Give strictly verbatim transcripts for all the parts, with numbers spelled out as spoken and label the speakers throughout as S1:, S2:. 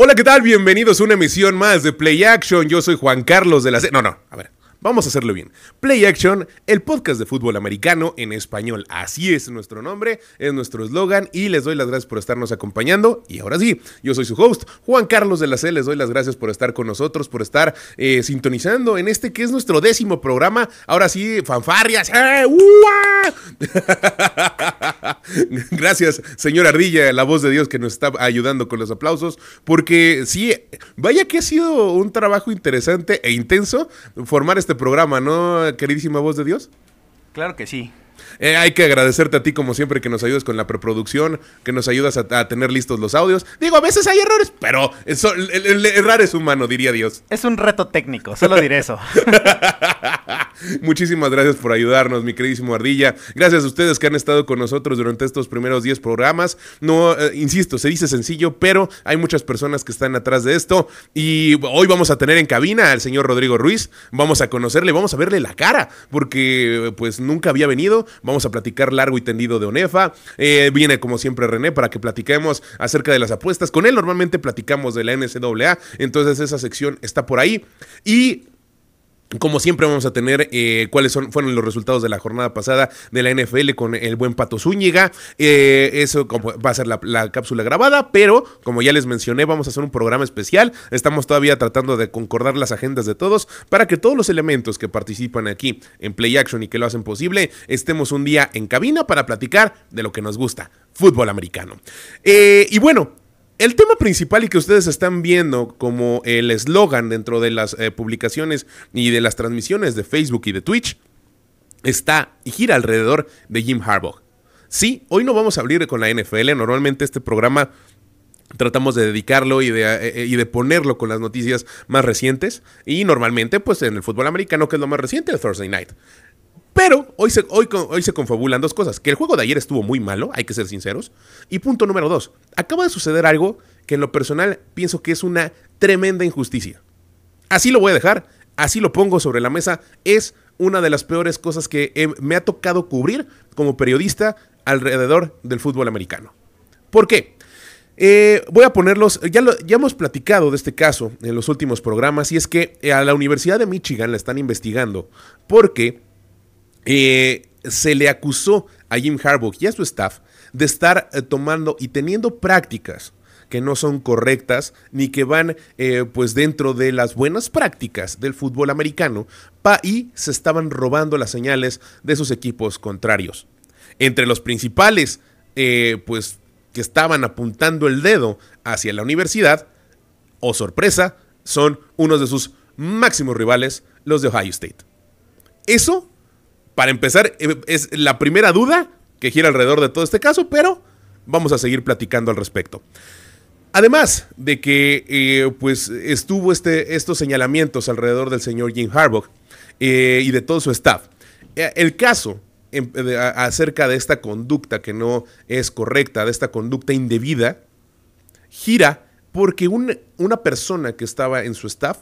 S1: Hola, ¿qué tal? Bienvenidos a una emisión más de Play Action. Yo soy Juan Carlos de la C... No, no, a ver, vamos a hacerlo bien. Play Action, el podcast de fútbol americano en español. Así es nuestro nombre, es nuestro eslogan y les doy las gracias por estarnos acompañando. Y ahora sí, yo soy su host, Juan Carlos de la C. Les doy las gracias por estar con nosotros, por estar eh, sintonizando en este que es nuestro décimo programa. Ahora sí, fanfarrias. ¡Eh! Gracias, señor Ardilla, la voz de Dios que nos está ayudando con los aplausos. Porque sí, vaya que ha sido un trabajo interesante e intenso formar este programa, ¿no, queridísima voz de Dios?
S2: Claro que sí.
S1: Eh, hay que agradecerte a ti, como siempre, que nos ayudas con la preproducción, que nos ayudas a, a tener listos los audios. Digo, a veces hay errores, pero eso, el, el, el errar es humano, diría Dios.
S2: Es un reto técnico, solo diré eso.
S1: Muchísimas gracias por ayudarnos, mi queridísimo Ardilla. Gracias a ustedes que han estado con nosotros durante estos primeros diez programas. No, eh, insisto, se dice sencillo, pero hay muchas personas que están atrás de esto. Y hoy vamos a tener en cabina al señor Rodrigo Ruiz. Vamos a conocerle, vamos a verle la cara, porque pues nunca había venido. Vamos a platicar largo y tendido de ONEFA. Eh, viene como siempre René para que platiquemos acerca de las apuestas. Con él normalmente platicamos de la N C A A, entonces esa sección está por ahí. Y como siempre vamos a tener eh, cuáles son, fueron los resultados de la jornada pasada de la N F L con el buen Pato Zúñiga. Eh, eso como va a ser la, la cápsula grabada, pero como ya les mencioné, vamos a hacer un programa especial. Estamos todavía tratando de concordar las agendas de todos para que todos los elementos que participan aquí en Play Action y que lo hacen posible, estemos un día en cabina para platicar de lo que nos gusta, fútbol americano. Eh, y bueno, el tema principal y que ustedes están viendo como el eslogan dentro de las eh, publicaciones y de las transmisiones de Facebook y de Twitch está y gira alrededor de Jim Harbaugh. Sí, hoy no vamos a abrir con la N F L. Normalmente este programa tratamos de dedicarlo y de, eh, y de ponerlo con las noticias más recientes. Y normalmente pues en el fútbol americano, que es lo más reciente, el Thursday Night. Pero hoy se, hoy, hoy se confabulan dos cosas. Que el juego de ayer estuvo muy malo, hay que ser sinceros. Y punto número dos. Acaba de suceder algo que en lo personal pienso que es una tremenda injusticia. Así lo voy a dejar, así lo pongo sobre la mesa. Es una de las peores cosas que he, me ha tocado cubrir como periodista alrededor del fútbol americano. ¿Por qué? Eh, voy a ponerlos, ya, lo, ya hemos platicado de este caso en los últimos programas. Y es que a la Universidad de Michigan la están investigando porque Eh, se le acusó a Jim Harbaugh y a su staff de estar eh, tomando y teniendo prácticas que no son correctas ni que van eh, pues dentro de las buenas prácticas del fútbol americano pa y se estaban robando las señales de sus equipos contrarios. Entre los principales eh, pues que estaban apuntando el dedo hacia la universidad, oh sorpresa, son unos de sus máximos rivales, los de Ohio State. Eso, para empezar, es la primera duda que gira alrededor de todo este caso, pero vamos a seguir platicando al respecto. Además de que eh, pues estuvo este, estos señalamientos alrededor del señor Jim Harbaugh eh, y de todo su staff, eh, el caso eh, de, a, acerca de esta conducta que no es correcta, de esta conducta indebida, gira porque un, una persona que estaba en su staff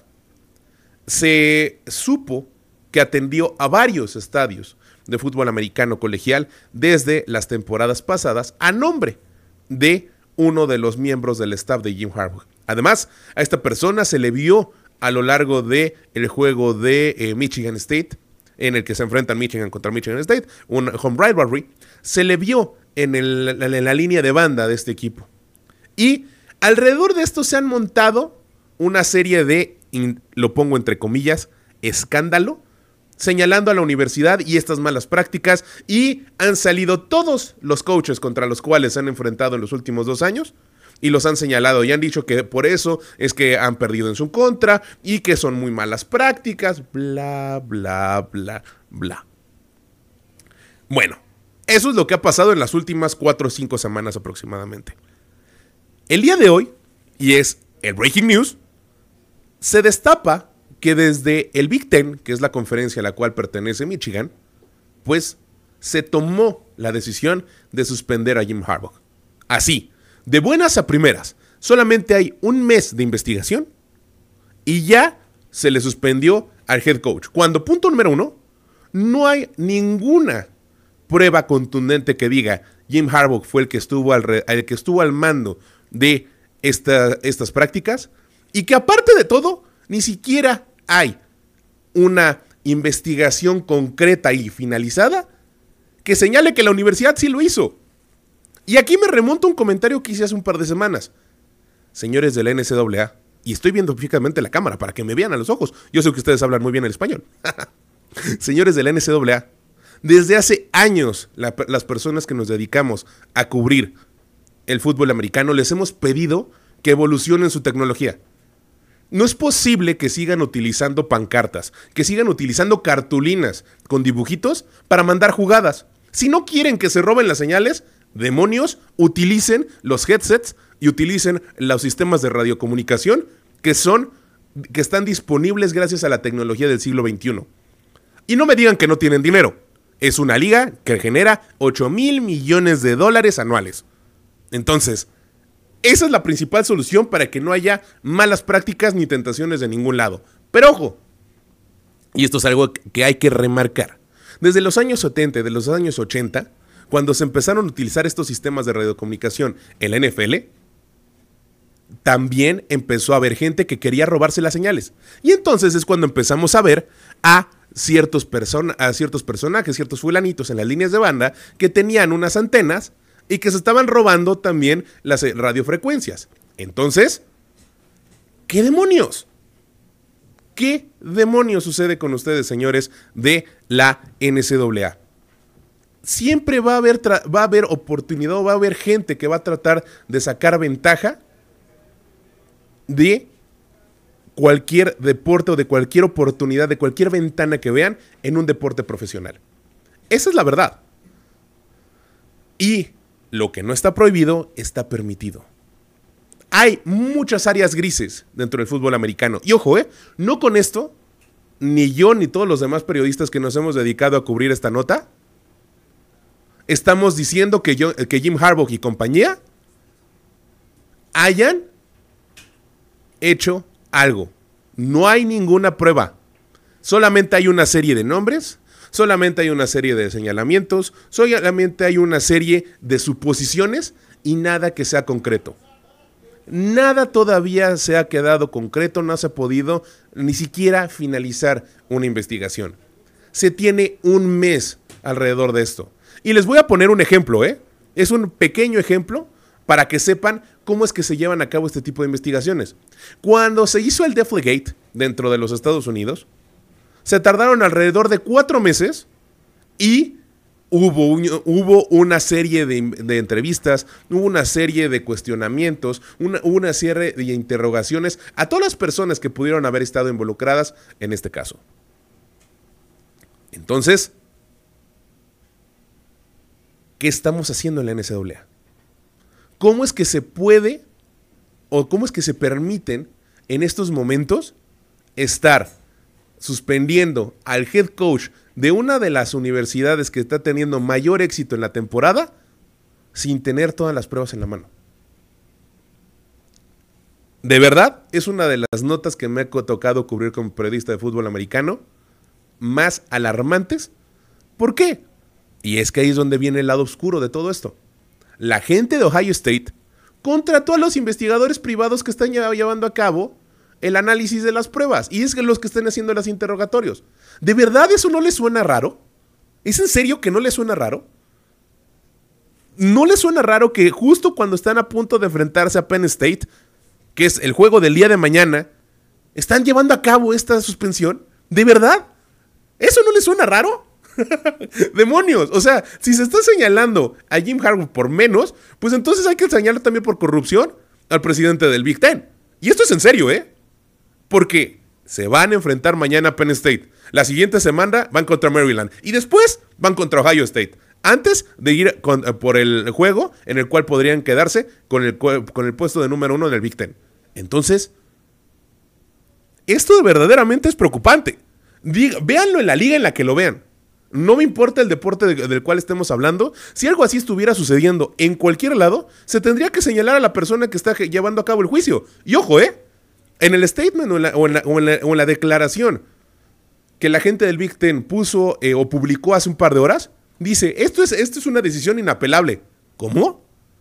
S1: se supo que atendió a varios estadios de fútbol americano colegial desde las temporadas pasadas a nombre de uno de los miembros del staff de Jim Harbaugh. Además, a esta persona se le vio a lo largo del juego de eh, Michigan State, en el que se enfrentan Michigan contra Michigan State, un home rivalry, se le vio en, el, en la línea de banda de este equipo. Y alrededor de esto se han montado una serie de, lo pongo entre comillas, escándalo, señalando a la universidad y estas malas prácticas, y han salido todos los coaches contra los cuales se han enfrentado en los últimos dos años y los han señalado y han dicho que por eso es que han perdido en su contra y que son muy malas prácticas, bla, bla, bla, bla. Bueno, eso es lo que ha pasado en las últimas cuatro o cinco semanas aproximadamente. El día de hoy, y es el breaking news, se destapa que desde el Big Ten, que es la conferencia a la cual pertenece Michigan, pues se tomó la decisión de suspender a Jim Harbaugh. Así, de buenas a primeras, solamente hay un mes de investigación y ya se le suspendió al head coach. Cuando, punto número uno, no hay ninguna prueba contundente que diga Jim Harbaugh fue el que estuvo al, re, el que estuvo al mando de esta, estas prácticas y que aparte de todo, ni siquiera hay una investigación concreta y finalizada que señale que la universidad sí lo hizo. Y aquí me remonto a un comentario que hice hace un par de semanas. Señores de la N C A A, y estoy viendo físicamente la cámara para que me vean a los ojos. Yo sé que ustedes hablan muy bien el español. Señores de la N C A A, desde hace años la, las personas que nos dedicamos a cubrir el fútbol americano les hemos pedido que evolucionen su tecnología. No es posible que sigan utilizando pancartas, que sigan utilizando cartulinas con dibujitos para mandar jugadas. Si no quieren que se roben las señales, demonios, utilicen los headsets y utilicen los sistemas de radiocomunicación que son, que están disponibles gracias a la tecnología del siglo veintiuno. Y no me digan que no tienen dinero. Es una liga que genera ocho mil millones de dólares anuales. Entonces, esa es la principal solución para que no haya malas prácticas ni tentaciones de ningún lado. Pero ojo, y esto es algo que hay que remarcar. Desde los años setenta, de los años ochenta, cuando se empezaron a utilizar estos sistemas de radiocomunicación en la N F L, también empezó a haber gente que quería robarse las señales. Y entonces es cuando empezamos a ver a ciertos, person- a ciertos personajes, ciertos fulanitos en las líneas de banda que tenían unas antenas y que se estaban robando también las radiofrecuencias. Entonces, ¿qué demonios? ¿Qué demonios sucede con ustedes, señores de la N C A A? Siempre va a haber, tra- va a haber oportunidad, va a haber gente que va a tratar de sacar ventaja de cualquier deporte o de cualquier oportunidad, de cualquier ventana que vean en un deporte profesional. Esa es la verdad. Y lo que no está prohibido está permitido. Hay muchas áreas grises dentro del fútbol americano. Y ojo, eh, no con esto, ni yo ni todos los demás periodistas que nos hemos dedicado a cubrir esta nota, estamos diciendo que, yo, que Jim Harbaugh y compañía hayan hecho algo. No hay ninguna prueba. Solamente hay una serie de nombres, solamente hay una serie de señalamientos, solamente hay una serie de suposiciones y nada que sea concreto. Nada todavía se ha quedado concreto, no se ha podido ni siquiera finalizar una investigación. Se tiene un mes alrededor de esto. Y les voy a poner un ejemplo, ¿eh? Es un pequeño ejemplo para que sepan cómo es que se llevan a cabo este tipo de investigaciones. Cuando se hizo el Deflategate dentro de los Estados Unidos, se tardaron alrededor de cuatro meses y hubo, un, hubo una serie de, de entrevistas, hubo una serie de cuestionamientos, una, una serie de interrogaciones a todas las personas que pudieron haber estado involucradas en este caso. Entonces, ¿qué estamos haciendo en la N C A A? ¿Cómo es que se puede o cómo es que se permiten en estos momentos estar suspendiendo al head coach de una de las universidades que está teniendo mayor éxito en la temporada sin tener todas las pruebas en la mano? De verdad, es una de las notas que me ha tocado cubrir como periodista de fútbol americano más alarmantes. ¿Por qué? Y es que ahí es donde viene el lado oscuro de todo esto. La gente de Ohio State contrató a los investigadores privados que están llevando a cabo el análisis de las pruebas. Y es que los que están haciendo los interrogatorios. ¿De verdad eso no les suena raro? ¿Es en serio que no les suena raro? ¿No les suena raro que justo cuando están a punto de enfrentarse a Penn State, que es el juego del día de mañana, están llevando a cabo esta suspensión? ¿De verdad? ¿Eso no les suena raro? ¡Demonios! O sea, si se está señalando a Jim Harbaugh por menos, pues entonces hay que señalar también por corrupción al presidente del Big Ten. Y esto es en serio, ¿eh? Porque se van a enfrentar mañana a Penn State. La siguiente semana van contra Maryland. Y después van contra Ohio State. Antes de ir con, por el juego en el cual podrían quedarse con el, con el puesto de número uno en el Big Ten. Entonces, esto verdaderamente es preocupante. Diga, véanlo en la liga en la que lo vean. No me importa el deporte de, del cual estemos hablando. Si algo así estuviera sucediendo en cualquier lado, se tendría que señalar a la persona que está llevando a cabo el juicio. Y ojo, ¿eh? En el statement o en la, o en la, o en la, o en la declaración que la gente del Big Ten puso eh, o publicó hace un par de horas, dice, esto es, esto es una decisión inapelable. ¿Cómo?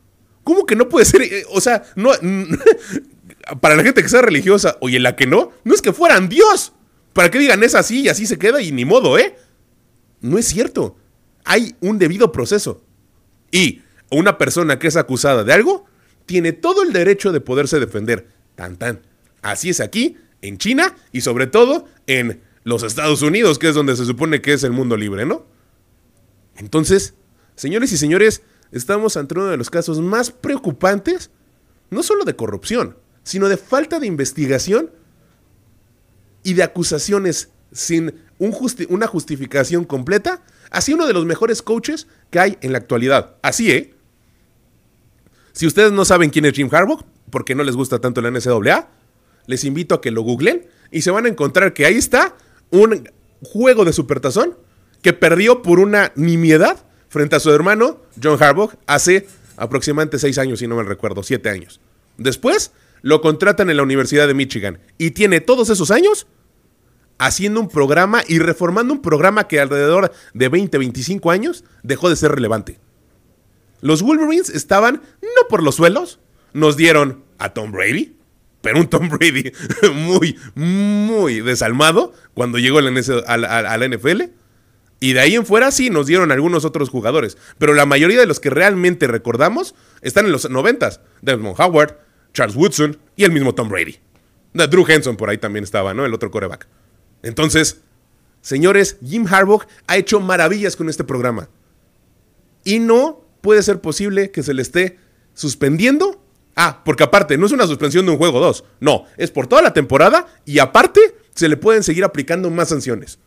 S1: ¿Cómo que no puede ser? Eh, o sea, no... para la gente que sea religiosa, oye, la que no, no es que fueran Dios. Para que digan es así y así se queda y ni modo, ¿eh? No es cierto. Hay un debido proceso. Y una persona que es acusada de algo tiene todo el derecho de poderse defender. Tan, tan. Así es aquí, en China y sobre todo en los Estados Unidos, que es donde se supone que es el mundo libre, ¿no? Entonces, señores y señores, estamos ante uno de los casos más preocupantes, no solo de corrupción, sino de falta de investigación y de acusaciones sin un justi- una justificación completa hacia uno de los mejores coaches que hay en la actualidad. Así, ¿eh? Si ustedes no saben quién es Jim Harbaugh, porque no les gusta tanto la N C A A, les invito a que lo googlen y se van a encontrar que ahí está un juego de supertazón que perdió por una nimiedad frente a su hermano John Harbaugh hace aproximadamente seis años, si no me recuerdo, siete años. Después lo contratan en la Universidad de Michigan y tiene todos esos años haciendo un programa y reformando un programa que alrededor de veinte, veinticinco años dejó de ser relevante. Los Wolverines estaban no por los suelos, nos dieron a Tom Brady, pero un Tom Brady muy, muy desalmado cuando llegó a la, a la, a la N F L. Y de ahí en fuera sí nos dieron algunos otros jugadores, pero la mayoría de los que realmente recordamos están en los noventas. Desmond Howard, Charles Woodson y el mismo Tom Brady. Drew Henson por ahí también estaba, ¿no? El otro quarterback. Entonces, señores, Jim Harbaugh ha hecho maravillas con este programa. Y no puede ser posible que se le esté suspendiendo. Ah, porque aparte, no es una suspensión de un juego o dos. No, es por toda la temporada y aparte se le pueden seguir aplicando más sanciones.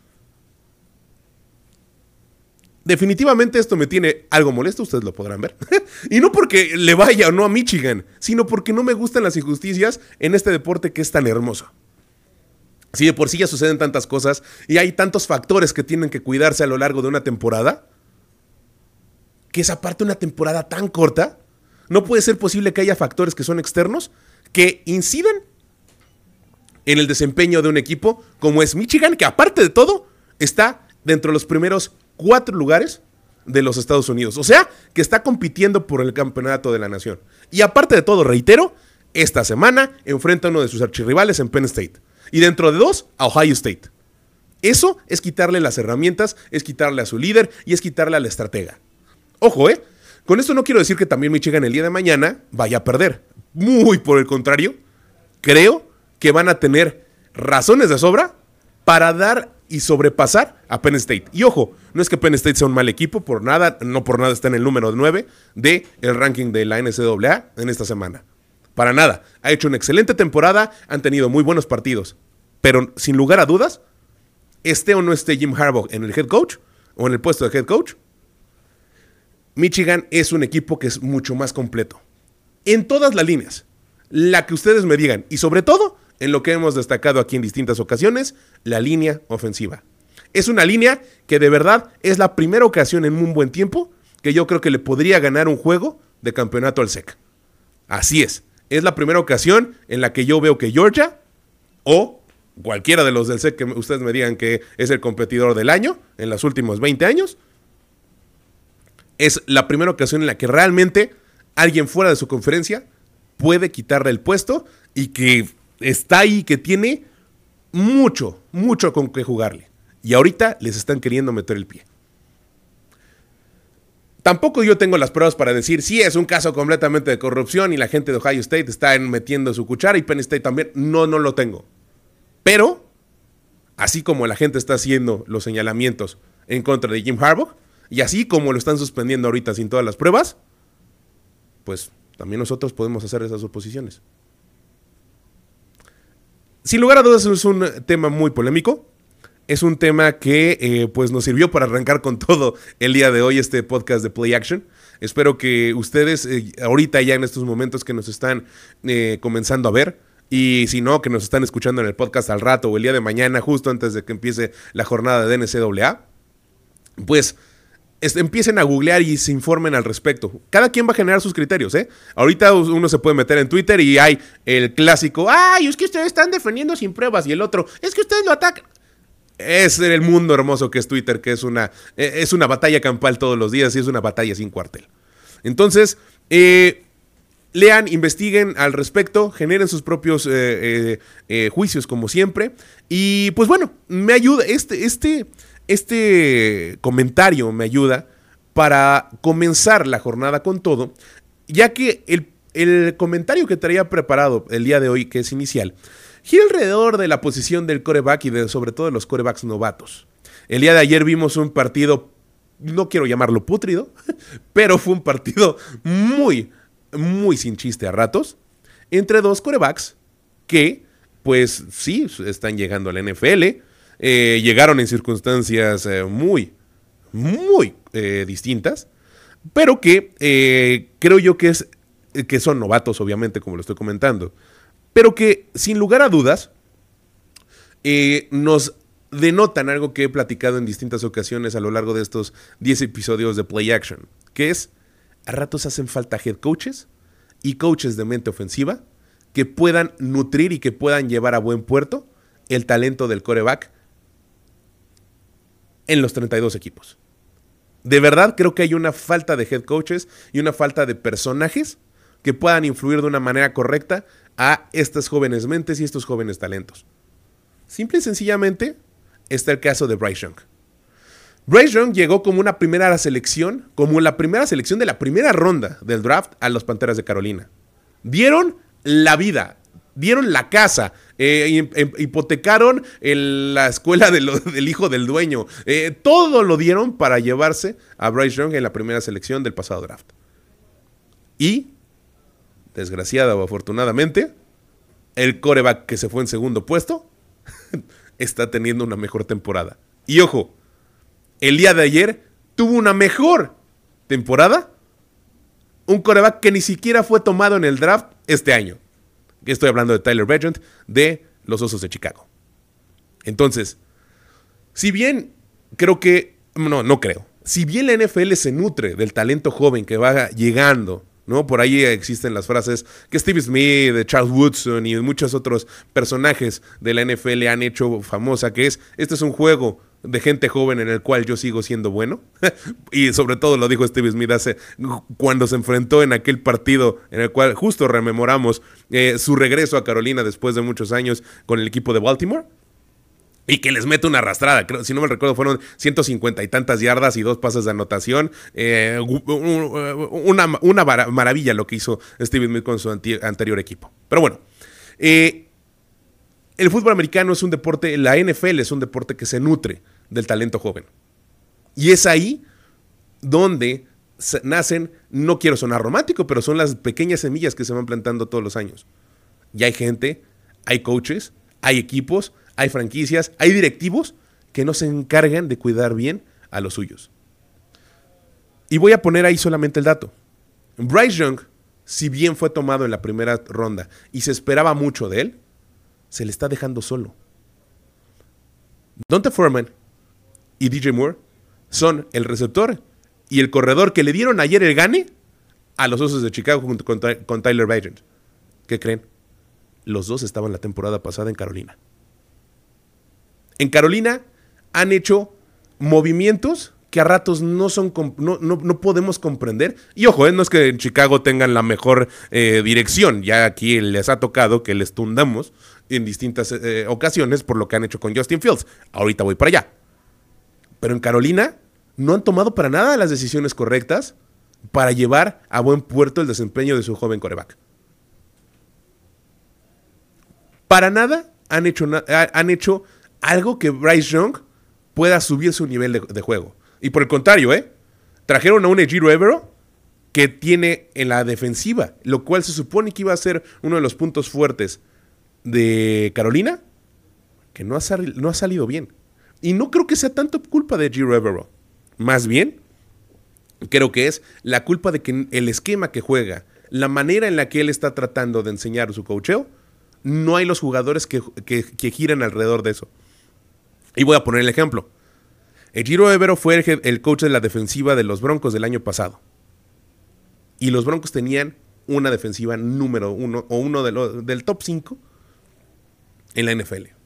S1: Definitivamente esto me tiene algo molesto, ustedes lo podrán ver. Y no porque le vaya o no a Michigan, sino porque no me gustan las injusticias en este deporte que es tan hermoso. Si de por sí ya suceden tantas cosas y hay tantos factores que tienen que cuidarse a lo largo de una temporada, que es aparte una temporada tan corta, no puede ser posible que haya factores que son externos que inciden en el desempeño de un equipo como es Michigan, que aparte de todo está dentro de los primeros cuatro lugares de los Estados Unidos. O sea, que está compitiendo por el campeonato de la nación. Y aparte de todo, reitero, esta semana enfrenta a uno de sus archirrivales en Penn State. Y dentro de dos, a Ohio State. Eso es quitarle las herramientas, es quitarle a su líder y es quitarle a la estratega. Ojo, ¿eh? Con esto no quiero decir que también Michigan el día de mañana vaya a perder. Muy por el contrario, creo que van a tener razones de sobra para dar y sobrepasar a Penn State. Y ojo, no es que Penn State sea un mal equipo, por nada, no por nada está en el número nueve del ranking de la N C A A en esta semana. Para nada, ha hecho una excelente temporada, han tenido muy buenos partidos, pero sin lugar a dudas, esté o no esté Jim Harbaugh en el head coach o en el puesto de head coach, Michigan es un equipo que es mucho más completo. En todas las líneas, la que ustedes me digan, y sobre todo en lo que hemos destacado aquí en distintas ocasiones, la línea ofensiva. Es una línea que de verdad es la primera ocasión en un buen tiempo que yo creo que le podría ganar un juego de campeonato al S E C. Así es, es la primera ocasión en la que yo veo que Georgia o cualquiera de los del S E C que ustedes me digan que es el competidor del año en los últimos veinte años, es la primera ocasión en la que realmente alguien fuera de su conferencia puede quitarle el puesto y que está ahí, que tiene mucho, mucho con qué jugarle. Y ahorita les están queriendo meter el pie. Tampoco yo tengo las pruebas para decir si sí, es un caso completamente de corrupción y la gente de Ohio State está metiendo su cuchara y Penn State también. No, no lo tengo. Pero, así como la gente está haciendo los señalamientos en contra de Jim Harbaugh, y así como lo están suspendiendo ahorita sin todas las pruebas, pues también nosotros podemos hacer esas suposiciones. Sin lugar a dudas es un tema muy polémico. Es un tema que eh, pues nos sirvió para arrancar con todo el día de hoy este podcast de Play Action. Espero que ustedes eh, ahorita ya en estos momentos que nos están eh, comenzando a ver, y si no, que nos están escuchando en el podcast al rato o el día de mañana justo antes de que empiece la jornada de N C A A, pues es, empiecen a googlear y se informen al respecto. Cada quien va a generar sus criterios, ¿eh? Ahorita uno se puede meter en Twitter y hay el clásico, ¡ay, es que ustedes están defendiendo sin pruebas! Y el otro, ¡es que ustedes lo atacan! Es el mundo hermoso que es Twitter, que es una, es una batalla campal todos los días y es una batalla sin cuartel. Entonces, eh, lean, investiguen al respecto, generen sus propios eh, eh, eh, juicios como siempre. Y pues bueno, me ayuda, este, este, este comentario me ayuda para comenzar la jornada con todo, ya que el, el comentario que traía preparado el día de hoy, que es inicial, gira alrededor de la posición del quarterback y de, sobre todo de los quarterbacks novatos. El día de ayer vimos un partido, no quiero llamarlo pútrido, pero fue un partido muy, muy sin chiste a ratos, entre dos quarterbacks que, pues sí, están llegando a la N F L, eh, llegaron en circunstancias eh, muy, muy eh, distintas, pero que eh, creo yo que, es, que son novatos, obviamente, como lo estoy comentando, pero que, sin lugar a dudas, eh, nos denotan algo que he platicado en distintas ocasiones a lo largo de estos diez episodios de Play Action, que es, a ratos hacen falta head coaches y coaches de mente ofensiva que puedan nutrir y que puedan llevar a buen puerto el talento del quarterback en los treinta y dos equipos. De verdad creo que hay una falta de head coaches y una falta de personajes que puedan influir de una manera correcta a estas jóvenes mentes y estos jóvenes talentos. Simple y sencillamente está el caso de Bryce Young. Bryce Young llegó como una primera selección, como la primera selección de la primera ronda del draft a los Panteras de Carolina. Dieron la vida, dieron la casa, eh, hipotecaron el, la escuela de lo, del hijo del dueño. Eh, todo lo dieron para llevarse a Bryce Young en la primera selección del pasado draft. Y, desgraciada o afortunadamente, el quarterback que se fue en segundo puesto está teniendo una mejor temporada. Y ojo, el día de ayer tuvo una mejor temporada un quarterback que ni siquiera fue tomado en el draft este año. Estoy hablando de Tyler Bagent de los Osos de Chicago. Entonces, si bien creo que, no, no creo, si bien la N F L se nutre del talento joven que va llegando, ¿no? Por ahí existen las frases que Steve Smith, de Charles Woodson y muchos otros personajes de la N F L han hecho famosa, que es, este es un juego de gente joven en el cual yo sigo siendo bueno. Y sobre todo lo dijo Steve Smith hace, cuando se enfrentó en aquel partido en el cual justo rememoramos eh, su regreso a Carolina después de muchos años con el equipo de Baltimore. Y que les mete una arrastrada, creo, si no me recuerdo fueron ciento cincuenta y tantas yardas y dos pases de anotación. Eh, una, una maravilla lo que hizo Steve Smith con su anterior equipo. Pero bueno, eh, el fútbol americano es un deporte, la N F L es un deporte que se nutre del talento joven. Y es ahí donde nacen, no quiero sonar romántico, pero son las pequeñas semillas que se van plantando todos los años. Y hay gente, hay coaches, hay equipos, hay franquicias, hay directivos que no se encargan de cuidar bien a los suyos. Y voy a poner ahí solamente el dato. Bryce Young, si bien fue tomado en la primera ronda y se esperaba mucho de él, se le está dejando solo. Donta Foreman y D J Moore son el receptor y el corredor que le dieron ayer el gane a los Osos de Chicago junto con, con Tyler Bagent. ¿Qué creen? Los dos estaban la temporada pasada en Carolina. En Carolina han hecho movimientos que a ratos no, son, no, no, no podemos comprender. Y ojo, eh, no es que en Chicago tengan la mejor eh, dirección. Ya aquí les ha tocado que les tundamos en distintas eh, ocasiones por lo que han hecho con Justin Fields. Ahorita voy para allá. Pero en Carolina no han tomado para nada las decisiones correctas para llevar a buen puerto el desempeño de su joven quarterback. Para nada han hecho, na- han hecho algo que Bryce Young pueda subir su nivel de, de juego. Y por el contrario, ¿eh? Trajeron a un Ejiro Evero que tiene en la defensiva, lo cual se supone que iba a ser uno de los puntos fuertes de Carolina, que no ha, sal- no ha salido bien. Y no creo que sea tanto culpa de Ejiro Evero. Más bien, creo que es la culpa de que el esquema que juega, la manera en la que él está tratando de enseñar su coacheo, no hay los jugadores que, que, que giran alrededor de eso. Y voy a poner el ejemplo. Ejiro Evero fue el, el coach de la defensiva de los Broncos del año pasado. Y los Broncos tenían una defensiva número uno o uno de lo, del top cinco en la N F L.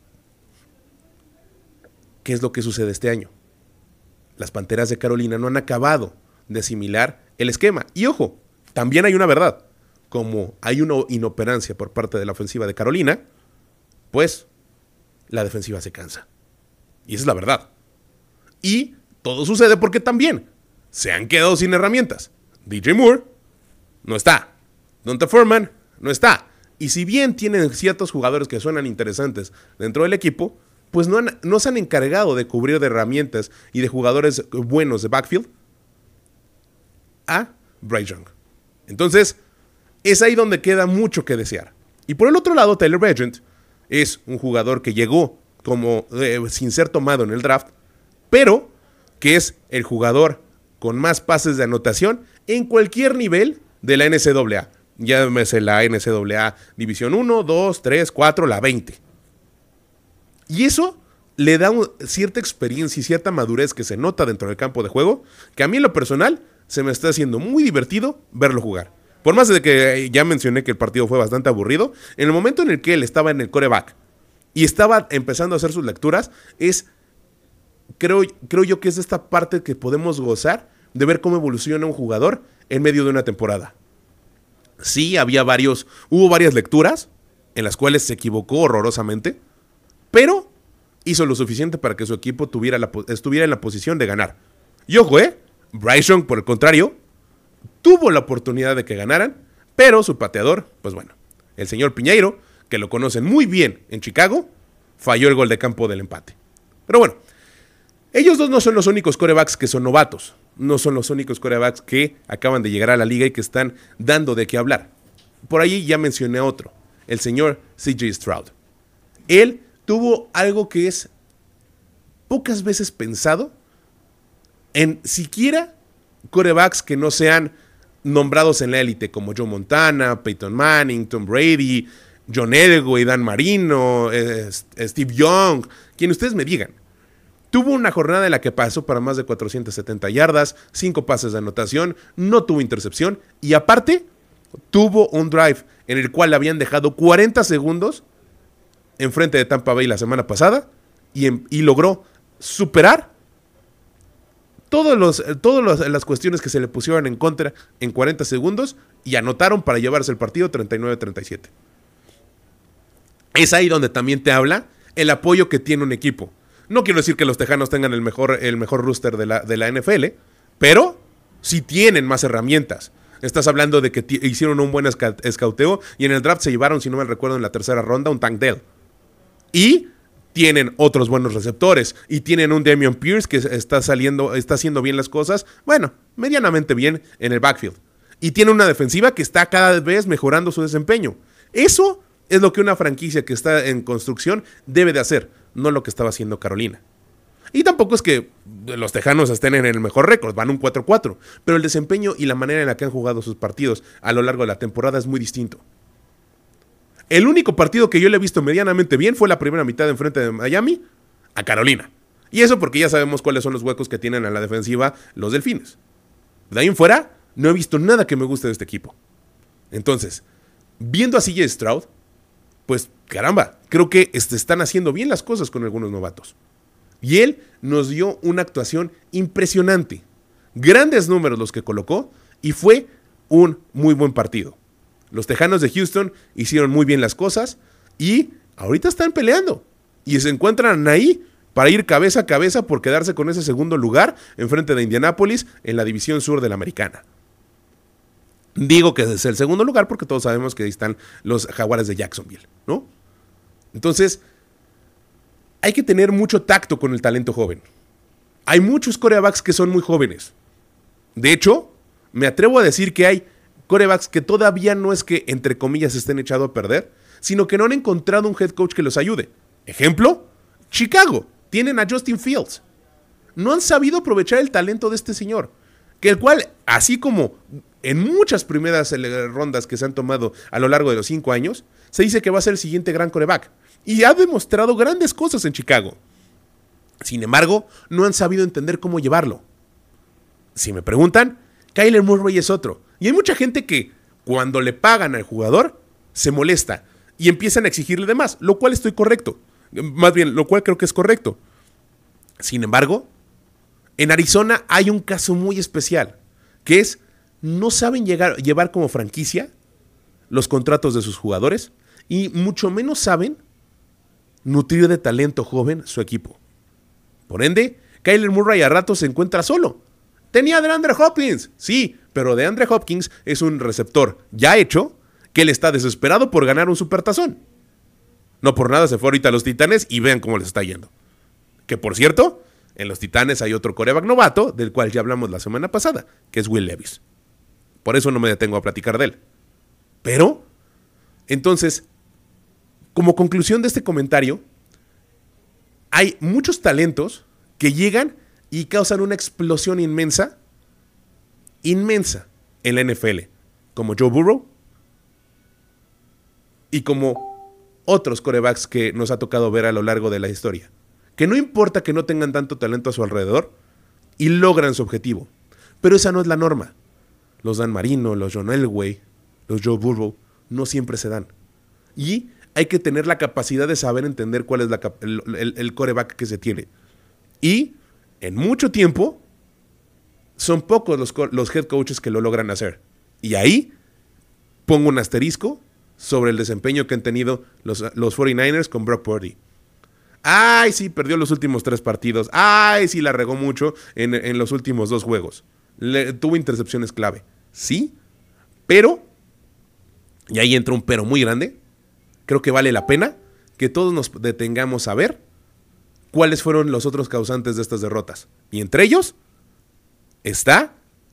S1: ¿Qué es lo que sucede este año? Las Panteras de Carolina no han acabado de asimilar el esquema. Y ojo, también hay una verdad. como hay una inoperancia por parte de la ofensiva de Carolina, pues la defensiva se cansa. Y esa es la verdad. Y todo sucede porque también se han quedado sin herramientas. D J Moore no está. Donta Foreman no está. Y si bien tienen ciertos jugadores que suenan interesantes dentro del equipo, pues no, han, no se han encargado de cubrir de herramientas y de jugadores buenos de backfield a Bryce Young. Entonces, es ahí donde queda mucho que desear. Y por el otro lado, Tyler Bagent es un jugador que llegó como eh, sin ser tomado en el draft, pero que es el jugador con más pases de anotación en cualquier nivel de la N C double A. Llámese la N C double A División uno, dos, tres, cuatro, la veinte. Y eso le da un, cierta experiencia y cierta madurez que se nota dentro del campo de juego, que a mí en lo personal se me está haciendo muy divertido verlo jugar. Por más de que ya mencioné que el partido fue bastante aburrido, en el momento en el que él estaba en el quarterback y estaba empezando a hacer sus lecturas, es, creo, creo yo que es esta parte que podemos gozar de ver cómo evoluciona un jugador en medio de una temporada. Sí, había varios, hubo varias lecturas en las cuales se equivocó horrorosamente, pero hizo lo suficiente para que su equipo tuviera la, estuviera en la posición de ganar. Y ojo, ¿eh? Bryce Young, por el contrario, tuvo la oportunidad de que ganaran, pero su pateador, pues bueno, el señor Piñeiro, que lo conocen muy bien en Chicago, falló el gol de campo del empate. Pero bueno, ellos dos no son los únicos quarterbacks que son novatos, no son los únicos quarterbacks que acaban de llegar a la liga y que están dando de qué hablar. Por ahí ya mencioné a otro, el señor C J Stroud. Él tuvo algo que es pocas veces pensado en siquiera quarterbacks que no sean nombrados en la élite, como Joe Montana, Peyton Manning, Tom Brady, John Elway, Dan Marino, eh, Steve Young, quien ustedes me digan. Tuvo una jornada en la que pasó para más de cuatrocientas setenta yardas, cinco pases de anotación, no tuvo intercepción y aparte tuvo un drive en el cual le habían dejado cuarenta segundos enfrente de Tampa Bay la semana pasada y, en, y logró superar todas los, todas las cuestiones que se le pusieron en contra en cuarenta segundos y anotaron para llevarse el partido treinta y nueve a treinta y siete. Es ahí donde también te habla el apoyo que tiene un equipo. No quiero decir que los Tejanos tengan el mejor, el mejor roster de la, de la N F L, pero sí tienen más herramientas. Estás hablando de que t- hicieron un buen esca- escauteo y en el draft se llevaron, si no me recuerdo, en la tercera ronda un Tank Dell. Y tienen otros buenos receptores. Y tienen un Dameon Pierce que está saliendo, está haciendo bien las cosas. Bueno, medianamente bien en el backfield. Y tiene una defensiva que está cada vez mejorando su desempeño. Eso es lo que una franquicia que está en construcción debe de hacer, no lo que estaba haciendo Carolina. Y tampoco es que los Tejanos estén en el mejor récord, van un cuatro cuatro. Pero el desempeño y la manera en la que han jugado sus partidos a lo largo de la temporada es muy distinto. El único partido que yo le he visto medianamente bien fue la primera mitad en frente de Miami a Carolina. Y eso porque ya sabemos cuáles son los huecos que tienen a la defensiva los Delfines. De ahí en fuera, no he visto nada que me guste de este equipo. Entonces, viendo a C J Stroud, pues caramba, creo que este, están haciendo bien las cosas con algunos novatos. Y él nos dio una actuación impresionante. Grandes números los que colocó y fue un muy buen partido. Los Tejanos de Houston hicieron muy bien las cosas y ahorita están peleando. Y se encuentran ahí para ir cabeza a cabeza por quedarse con ese segundo lugar enfrente de Indianápolis en la división sur de la Americana. Digo que es el segundo lugar porque todos sabemos que ahí están los Jaguares de Jacksonville, ¿no? Entonces, hay que tener mucho tacto con el talento joven. Hay muchos quarterbacks que son muy jóvenes. De hecho, me atrevo a decir que hay quarterbacks que todavía no es que, entre comillas, estén echados a perder, sino que no han encontrado un head coach que los ayude. Ejemplo, Chicago. Tienen a Justin Fields. No han sabido aprovechar el talento de este señor, que el cual, así como en muchas primeras rondas que se han tomado a lo largo de los cinco años, se dice que va a ser el siguiente gran quarterback. Y ha demostrado grandes cosas en Chicago. Sin embargo, no han sabido entender cómo llevarlo. Si me preguntan, Kyler Murray es otro. Y hay mucha gente que, cuando le pagan al jugador, se molesta y empiezan a exigirle de más, lo cual estoy correcto. Más bien, lo cual creo que es correcto. Sin embargo, en Arizona hay un caso muy especial, que es, no saben llegar, llevar como franquicia los contratos de sus jugadores y mucho menos saben nutrir de talento joven su equipo. Por ende, Kyler Murray a ratos se encuentra solo. Tenía a DeAndre Hopkins, sí, pero DeAndre Hopkins es un receptor ya hecho que él está desesperado por ganar un supertazón. No por nada se fue ahorita a los Titanes y vean cómo les está yendo. Que por cierto, en los Titanes hay otro quarterback novato, del cual ya hablamos la semana pasada, que es Will Levis. Por eso no me detengo a platicar de él. Pero, entonces, como conclusión de este comentario, hay muchos talentos que llegan y causan una explosión inmensa, inmensa en la N F L, como Joe Burrow y como otros quarterbacks que nos ha tocado ver a lo largo de la historia, que no importa que no tengan tanto talento a su alrededor y logran su objetivo, pero esa no es la norma. Los Dan Marino, los John Elway, los Joe Burrow no siempre se dan, y hay que tener la capacidad de saber entender cuál es la, el, el, el quarterback que se tiene. Y en mucho tiempo son pocos los, los head coaches que lo logran hacer. Y ahí pongo un asterisco sobre el desempeño que han tenido los, los cuarenta y nueve ers con Brock Purdy. Ay, sí, perdió los últimos tres partidos. Ay, sí, la regó mucho en, en los últimos dos juegos. Le, tuvo intercepciones clave. Sí, pero, y ahí entra un pero muy grande, creo que vale la pena que todos nos detengamos a ver cuáles fueron los otros causantes de estas derrotas. Y entre ellos está,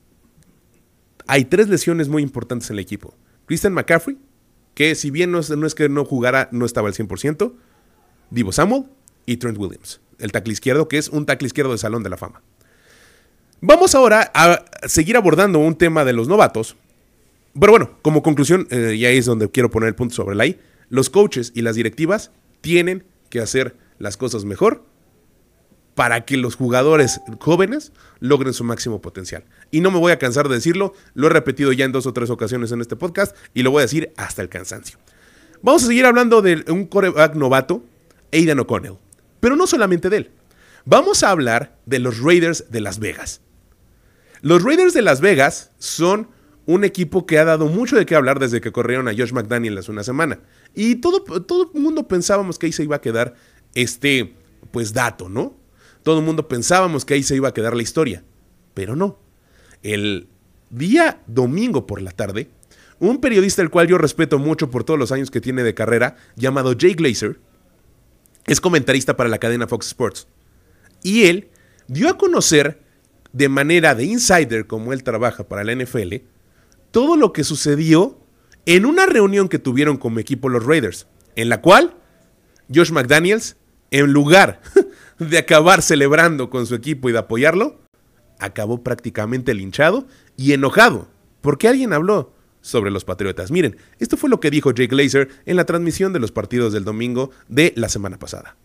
S1: hay tres lesiones muy importantes en el equipo. Christian McCaffrey, que si bien no es, no es que no jugara, no estaba al cien por ciento. Deebo Samuel y Trent Williams, el tackle izquierdo, que es un tackle izquierdo de Salón de la Fama. Vamos ahora a seguir abordando un tema de los novatos. Pero bueno, como conclusión, eh, y ahí es donde quiero poner el punto sobre la I, los coaches y las directivas tienen que hacer las cosas mejor para que los jugadores jóvenes logren su máximo potencial. Y no me voy a cansar de decirlo, lo he repetido ya en dos o tres ocasiones en este podcast y lo voy a decir hasta el cansancio. Vamos a seguir hablando de un quarterback novato, Aidan O'Connell, pero no solamente de él. Vamos a hablar de los Raiders de Las Vegas. Los Raiders de Las Vegas son un equipo que ha dado mucho de qué hablar desde que corrieron a Josh McDaniels hace una semana. Y todo, todo el mundo pensábamos que ahí se iba a quedar este, pues, dato, ¿no? Todo el mundo pensábamos que ahí se iba a quedar la historia. Pero no. El día domingo por la tarde, un periodista al cual yo respeto mucho por todos los años que tiene de carrera, llamado Jay Glazer, es comentarista para la cadena Fox Sports. Y él dio a conocer, de manera de insider, como él trabaja para la N F L, todo lo que sucedió en una reunión que tuvieron como equipo los Raiders, en la cual Josh McDaniels, en lugar de acabar celebrando con su equipo y de apoyarlo, acabó prácticamente linchado y enojado porque alguien habló sobre los Patriotas. Miren, esto fue lo que dijo Jay Glazer en la transmisión de los partidos del domingo de la semana pasada.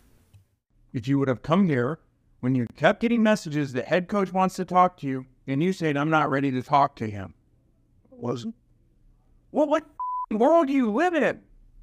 S3: If you would have come here when you kept getting messages the head coach wants to talk to you and you said, I'm not ready to talk to him. Wasn't? Well, what world do you live in?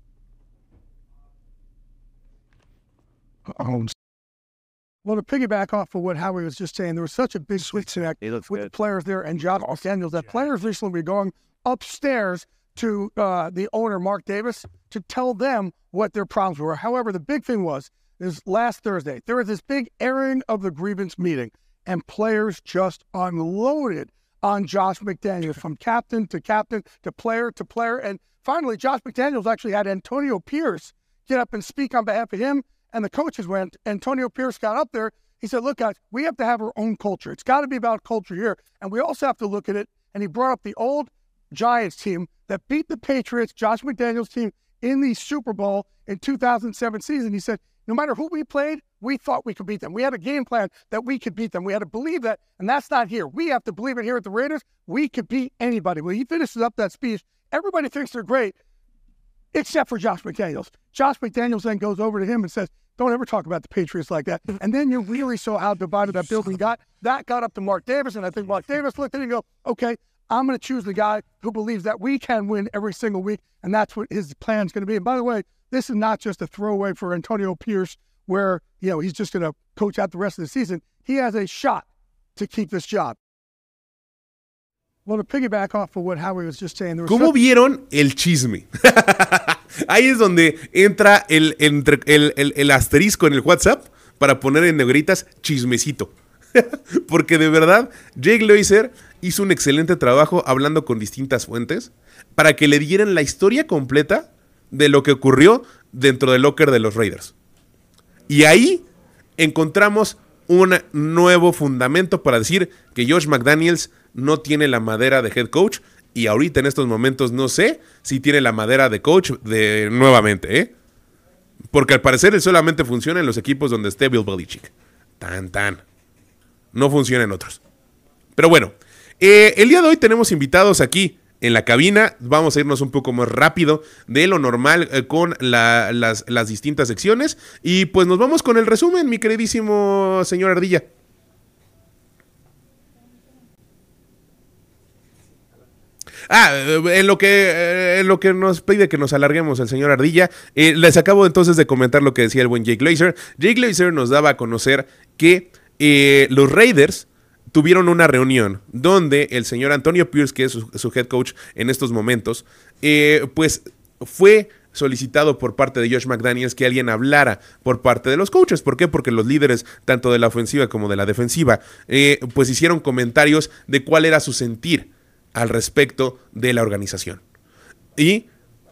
S4: Oh, well, to piggyback off of what Howie was just saying, there was such a big disconnect with
S2: good.
S4: the players there and Josh McDaniels that players recently were going upstairs to uh, the owner, Mark Davis, to tell them what their problems were. However, the big thing was, is last Thursday, there was this big airing of the grievance meeting, and players just unloaded on Josh McDaniels, from captain to captain to player to player. And finally, Josh McDaniels actually had Antonio Pierce get up and speak on behalf of him. And the coaches went, Antonio Pierce got up there. He said, look, guys, we have to have our own culture. It's got to be about culture here. And we also have to look at it. And he brought up the old Giants team that beat the Patriots, Josh McDaniels' team, in the Super Bowl in two thousand seven season. He said, no matter who we played, we thought we could beat them. We had a game plan that we could beat them. We had to believe that, and that's not here. We have to believe it here at the Raiders. We could beat anybody. Well, he finishes up that speech. Everybody thinks they're great, except for Josh McDaniels. Josh McDaniels then goes over to him and says, don't ever talk about the Patriots like that. And then you really saw how divided that building got. That got up to Mark Davis, and I think Mark Davis looked at it and go, okay, I'm going to choose the guy who believes that we can win every single week, and that's what his plan's going to be. And by the way, this is not just a throwaway for Antonio Pierce where, you know, he's just going to coach out the rest of the season. He has a shot to keep this job. Well, to piggyback off of what Howie was just saying, there was
S1: ¿Cómo
S4: some-
S1: vieron el chisme? Ahí es donde entra el, entre- el, el- el asterisco en el WhatsApp para poner en negritas chismecito. Porque de verdad, Jay Glazer hizo un excelente trabajo hablando con distintas fuentes para que le dieran la historia completa de lo que ocurrió dentro del locker de los Raiders. Y ahí encontramos un nuevo fundamento para decir que Josh McDaniels no tiene la madera de head coach y ahorita en estos momentos no sé si tiene la madera de coach de nuevamente, ¿eh? Porque al parecer él solamente funciona en los equipos donde esté Bill Belichick. Tan, tan. No funciona en otros. Pero bueno, eh, el día de hoy tenemos invitados aquí en la cabina. Vamos a irnos un poco más rápido de lo normal eh, con la, las, las distintas secciones. Y pues nos vamos con el resumen, mi queridísimo señor Ardilla. Ah, en lo que en lo que nos pide que nos alarguemos el señor Ardilla, eh, les acabo entonces de comentar lo que decía el buen Jay Glazer. Jay Glazer nos daba a conocer que eh, los Raiders tuvieron una reunión donde el señor Antonio Pierce, que es su, su head coach en estos momentos, eh, pues fue solicitado por parte de Josh McDaniels que alguien hablara por parte de los coaches. ¿Por qué? Porque los líderes, tanto de la ofensiva como de la defensiva, eh, pues hicieron comentarios de cuál era su sentir al respecto de la organización. Y,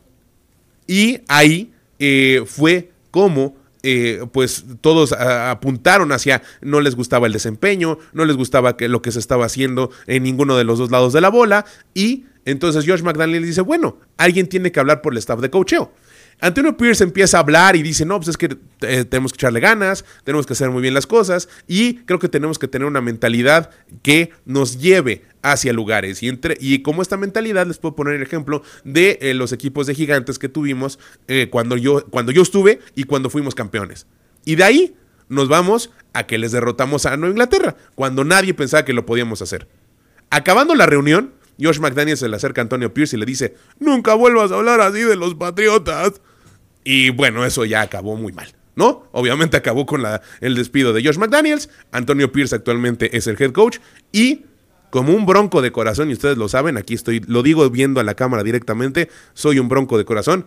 S1: y ahí eh, fue como eh, pues todos a, apuntaron hacia no les gustaba el desempeño, no les gustaba que lo que se estaba haciendo en ninguno de los dos lados de la bola, y entonces Josh McDaniels dice, bueno, alguien tiene que hablar por el staff de coacheo. Antonio Pierce empieza a hablar y dice, no, pues es que eh, tenemos que echarle ganas, tenemos que hacer muy bien las cosas y creo que tenemos que tener una mentalidad que nos lleve hacia lugares. Y, entre, y como esta mentalidad, les puedo poner el ejemplo de eh, los equipos de gigantes que tuvimos eh, cuando, yo, cuando yo estuve y cuando fuimos campeones. Y de ahí nos vamos a que les derrotamos a Nueva Inglaterra, cuando nadie pensaba que lo podíamos hacer. Acabando la reunión, Josh McDaniels se le acerca a Antonio Pierce y le dice, nunca vuelvas a hablar así de los Patriotas. Y bueno, eso ya acabó muy mal, ¿no? Obviamente acabó con la, el despido de Josh McDaniels. Antonio Pierce actualmente es el head coach y como un bronco de corazón, y ustedes lo saben, aquí estoy, lo digo viendo a la cámara directamente, soy un bronco de corazón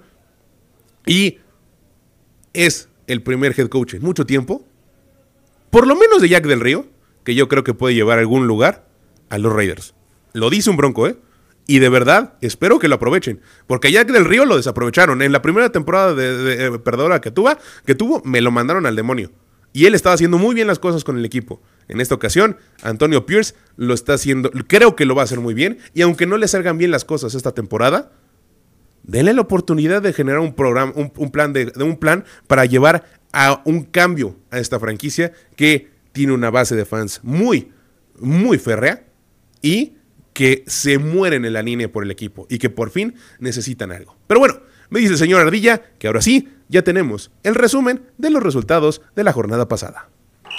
S1: y es el primer head coach en mucho tiempo, por lo menos de Jack del Río, que yo creo que puede llevar a algún lugar a los Raiders. Lo dice un bronco, ¿eh? Y de verdad, espero que lo aprovechen. Porque Jack del Río lo desaprovecharon. En la primera temporada de, de, de perdedora que tuvo, que tuvo, me lo mandaron al demonio. Y él estaba haciendo muy bien las cosas con el equipo. En esta ocasión, Antonio Pierce lo está haciendo, creo que lo va a hacer muy bien. Y aunque no le salgan bien las cosas esta temporada, denle la oportunidad de generar un programa, un, un plan de, de un plan para llevar a un cambio a esta franquicia que tiene una base de fans muy, muy férrea y que se mueren en la línea por el equipo y que por fin necesitan algo. Pero bueno, me dice el señor Ardilla que ahora sí, ya tenemos el resumen de los resultados de la jornada pasada.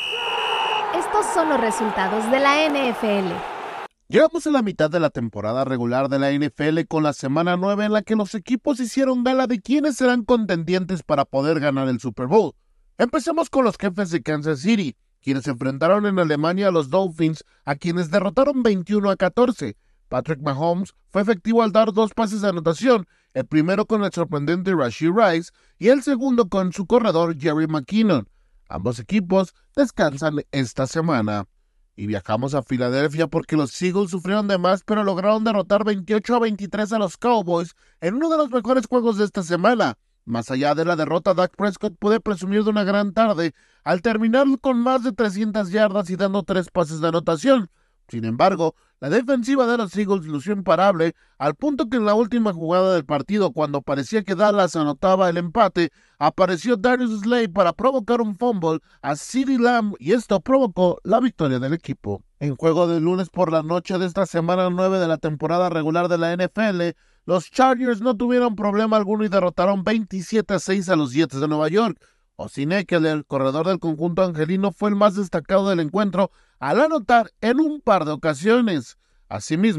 S5: Estos son los resultados de la N F L.
S6: Llegamos a la mitad de la temporada regular de la N F L con la semana nueve en la que los equipos hicieron gala de quiénes serán contendientes para poder ganar el Super Bowl. Empecemos con los jefes de Kansas City, quienes se enfrentaron en Alemania a los Dolphins, a quienes derrotaron veintiuno a catorce. Patrick Mahomes fue efectivo al dar dos pases de anotación, el primero con el sorprendente Rashee Rice y el segundo con su corredor Jerry McKinnon. Ambos equipos descansan esta semana. Y viajamos a Filadelfia porque los Eagles sufrieron de más, pero lograron derrotar veintiocho a veintitrés a los Cowboys en uno de los mejores juegos de esta semana. Más allá de la derrota, Dak Prescott puede presumir de una gran tarde al terminar con más de trescientas yardas y dando tres pases de anotación. Sin embargo, la defensiva de los Eagles lució imparable al punto que en la última jugada del partido, cuando parecía que Dallas anotaba el empate, apareció Darius Slay para provocar un fumble a CeeDee Lamb y esto provocó la victoria del equipo. En juego de lunes por la noche de esta semana nueve de la temporada regular de la N F L, los Chargers no tuvieron problema alguno y derrotaron veintisiete a seis a los Jets de Nueva York. Austin Ekeler, el corredor del conjunto angelino, fue el más destacado del encuentro al anotar en un par de ocasiones. Asimismo,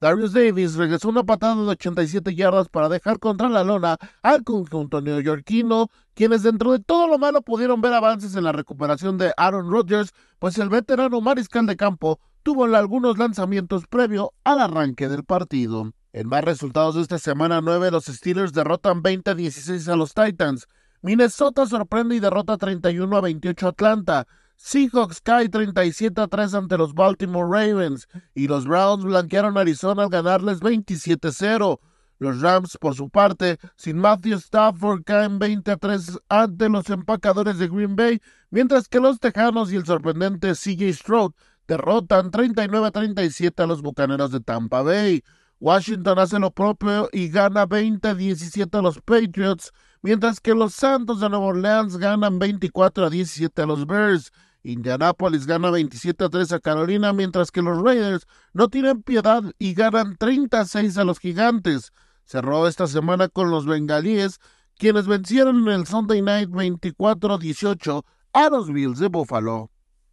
S6: Darius Davis regresó una patada de ochenta y siete yardas para dejar contra la lona al conjunto neoyorquino, quienes dentro de todo lo malo pudieron ver avances en la recuperación de Aaron Rodgers, pues el veterano mariscal de campo tuvo algunos lanzamientos previo al arranque del partido. En más resultados de esta semana nueve, los Steelers derrotan veinte a dieciséis a los Titans. Minnesota sorprende y derrota treinta y uno a veintiocho a Atlanta. Seahawks cae treinta y siete a tres ante los Baltimore Ravens y los Browns blanquearon a Arizona al ganarles veintisiete a cero. Los Rams, por su parte, sin Matthew Stafford, caen veinte a tres ante los empacadores de Green Bay, mientras que los Tejanos y el sorprendente C J Stroud derrotan treinta y nueve a treinta y siete a los Bucaneros de Tampa Bay. Washington hace lo propio y gana veinte a diecisiete a los Patriots, mientras que los Santos de Nueva Orleans ganan veinticuatro a diecisiete a los Bears. Indianapolis gana veintisiete a tres a Carolina, mientras que los Raiders no tienen piedad y ganan treinta a seis a los Gigantes. Cerró esta semana con los Bengalíes, quienes vencieron en el Sunday Night veinticuatro a dieciocho a los Bills de Buffalo.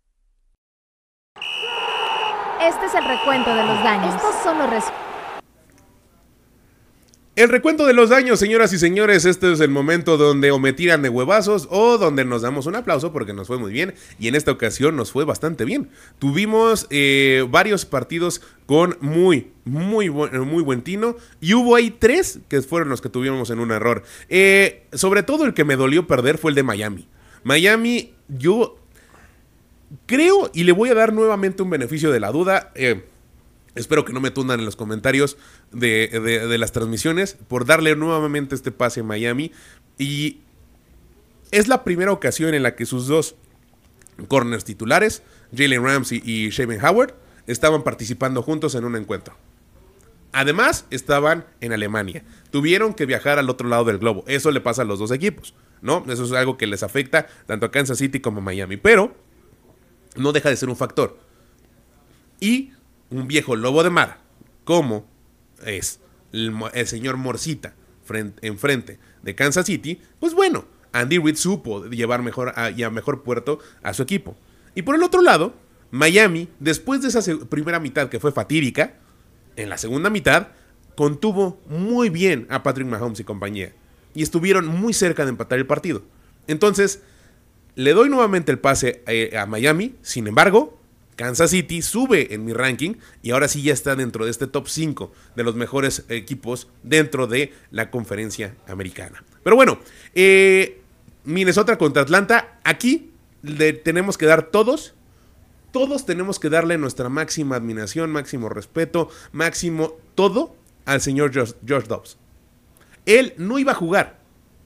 S5: Este es el recuento de los daños. Estos son los resultados.
S1: El recuento de los daños, señoras y señores, este es el momento donde o me tiran de huevazos o donde nos damos un aplauso porque nos fue muy bien y en esta ocasión nos fue bastante bien. Tuvimos eh, varios partidos con muy, muy, bu- muy buen tino y hubo ahí tres que fueron los que tuvimos en un error. Eh, sobre todo el que me dolió perder fue el de Miami. Miami, yo creo y le voy a dar nuevamente un beneficio de la duda. Eh, Espero que no me tundan en los comentarios de, de, de las transmisiones por darle nuevamente este pase a Miami. Y es la primera ocasión en la que sus dos corners titulares, Jalen Ramsey y Xavier Howard, estaban participando juntos en un encuentro. Además, estaban en Alemania. Tuvieron que viajar al otro lado del globo. Eso le pasa a los dos equipos, ¿no? Eso es algo que les afecta tanto a Kansas City como a Miami. Pero no deja de ser un factor. Y un viejo lobo de mar, como es el, el señor Morcita frente, enfrente de Kansas City, pues bueno, Andy Reid supo llevar mejor a, y a mejor puerto a su equipo. Y por el otro lado, Miami, después de esa primera mitad que fue fatídica, en la segunda mitad contuvo muy bien a Patrick Mahomes y compañía, y estuvieron muy cerca de empatar el partido. Entonces, le doy nuevamente el pase a, a Miami, sin embargo, Kansas City sube en mi ranking y ahora sí ya está dentro de este top cinco de los mejores equipos dentro de la conferencia americana. Pero bueno, eh, Minnesota contra Atlanta, aquí le tenemos que dar todos, todos tenemos que darle nuestra máxima admiración, máximo respeto, máximo todo al señor Josh, Josh Dobbs. Él no iba a jugar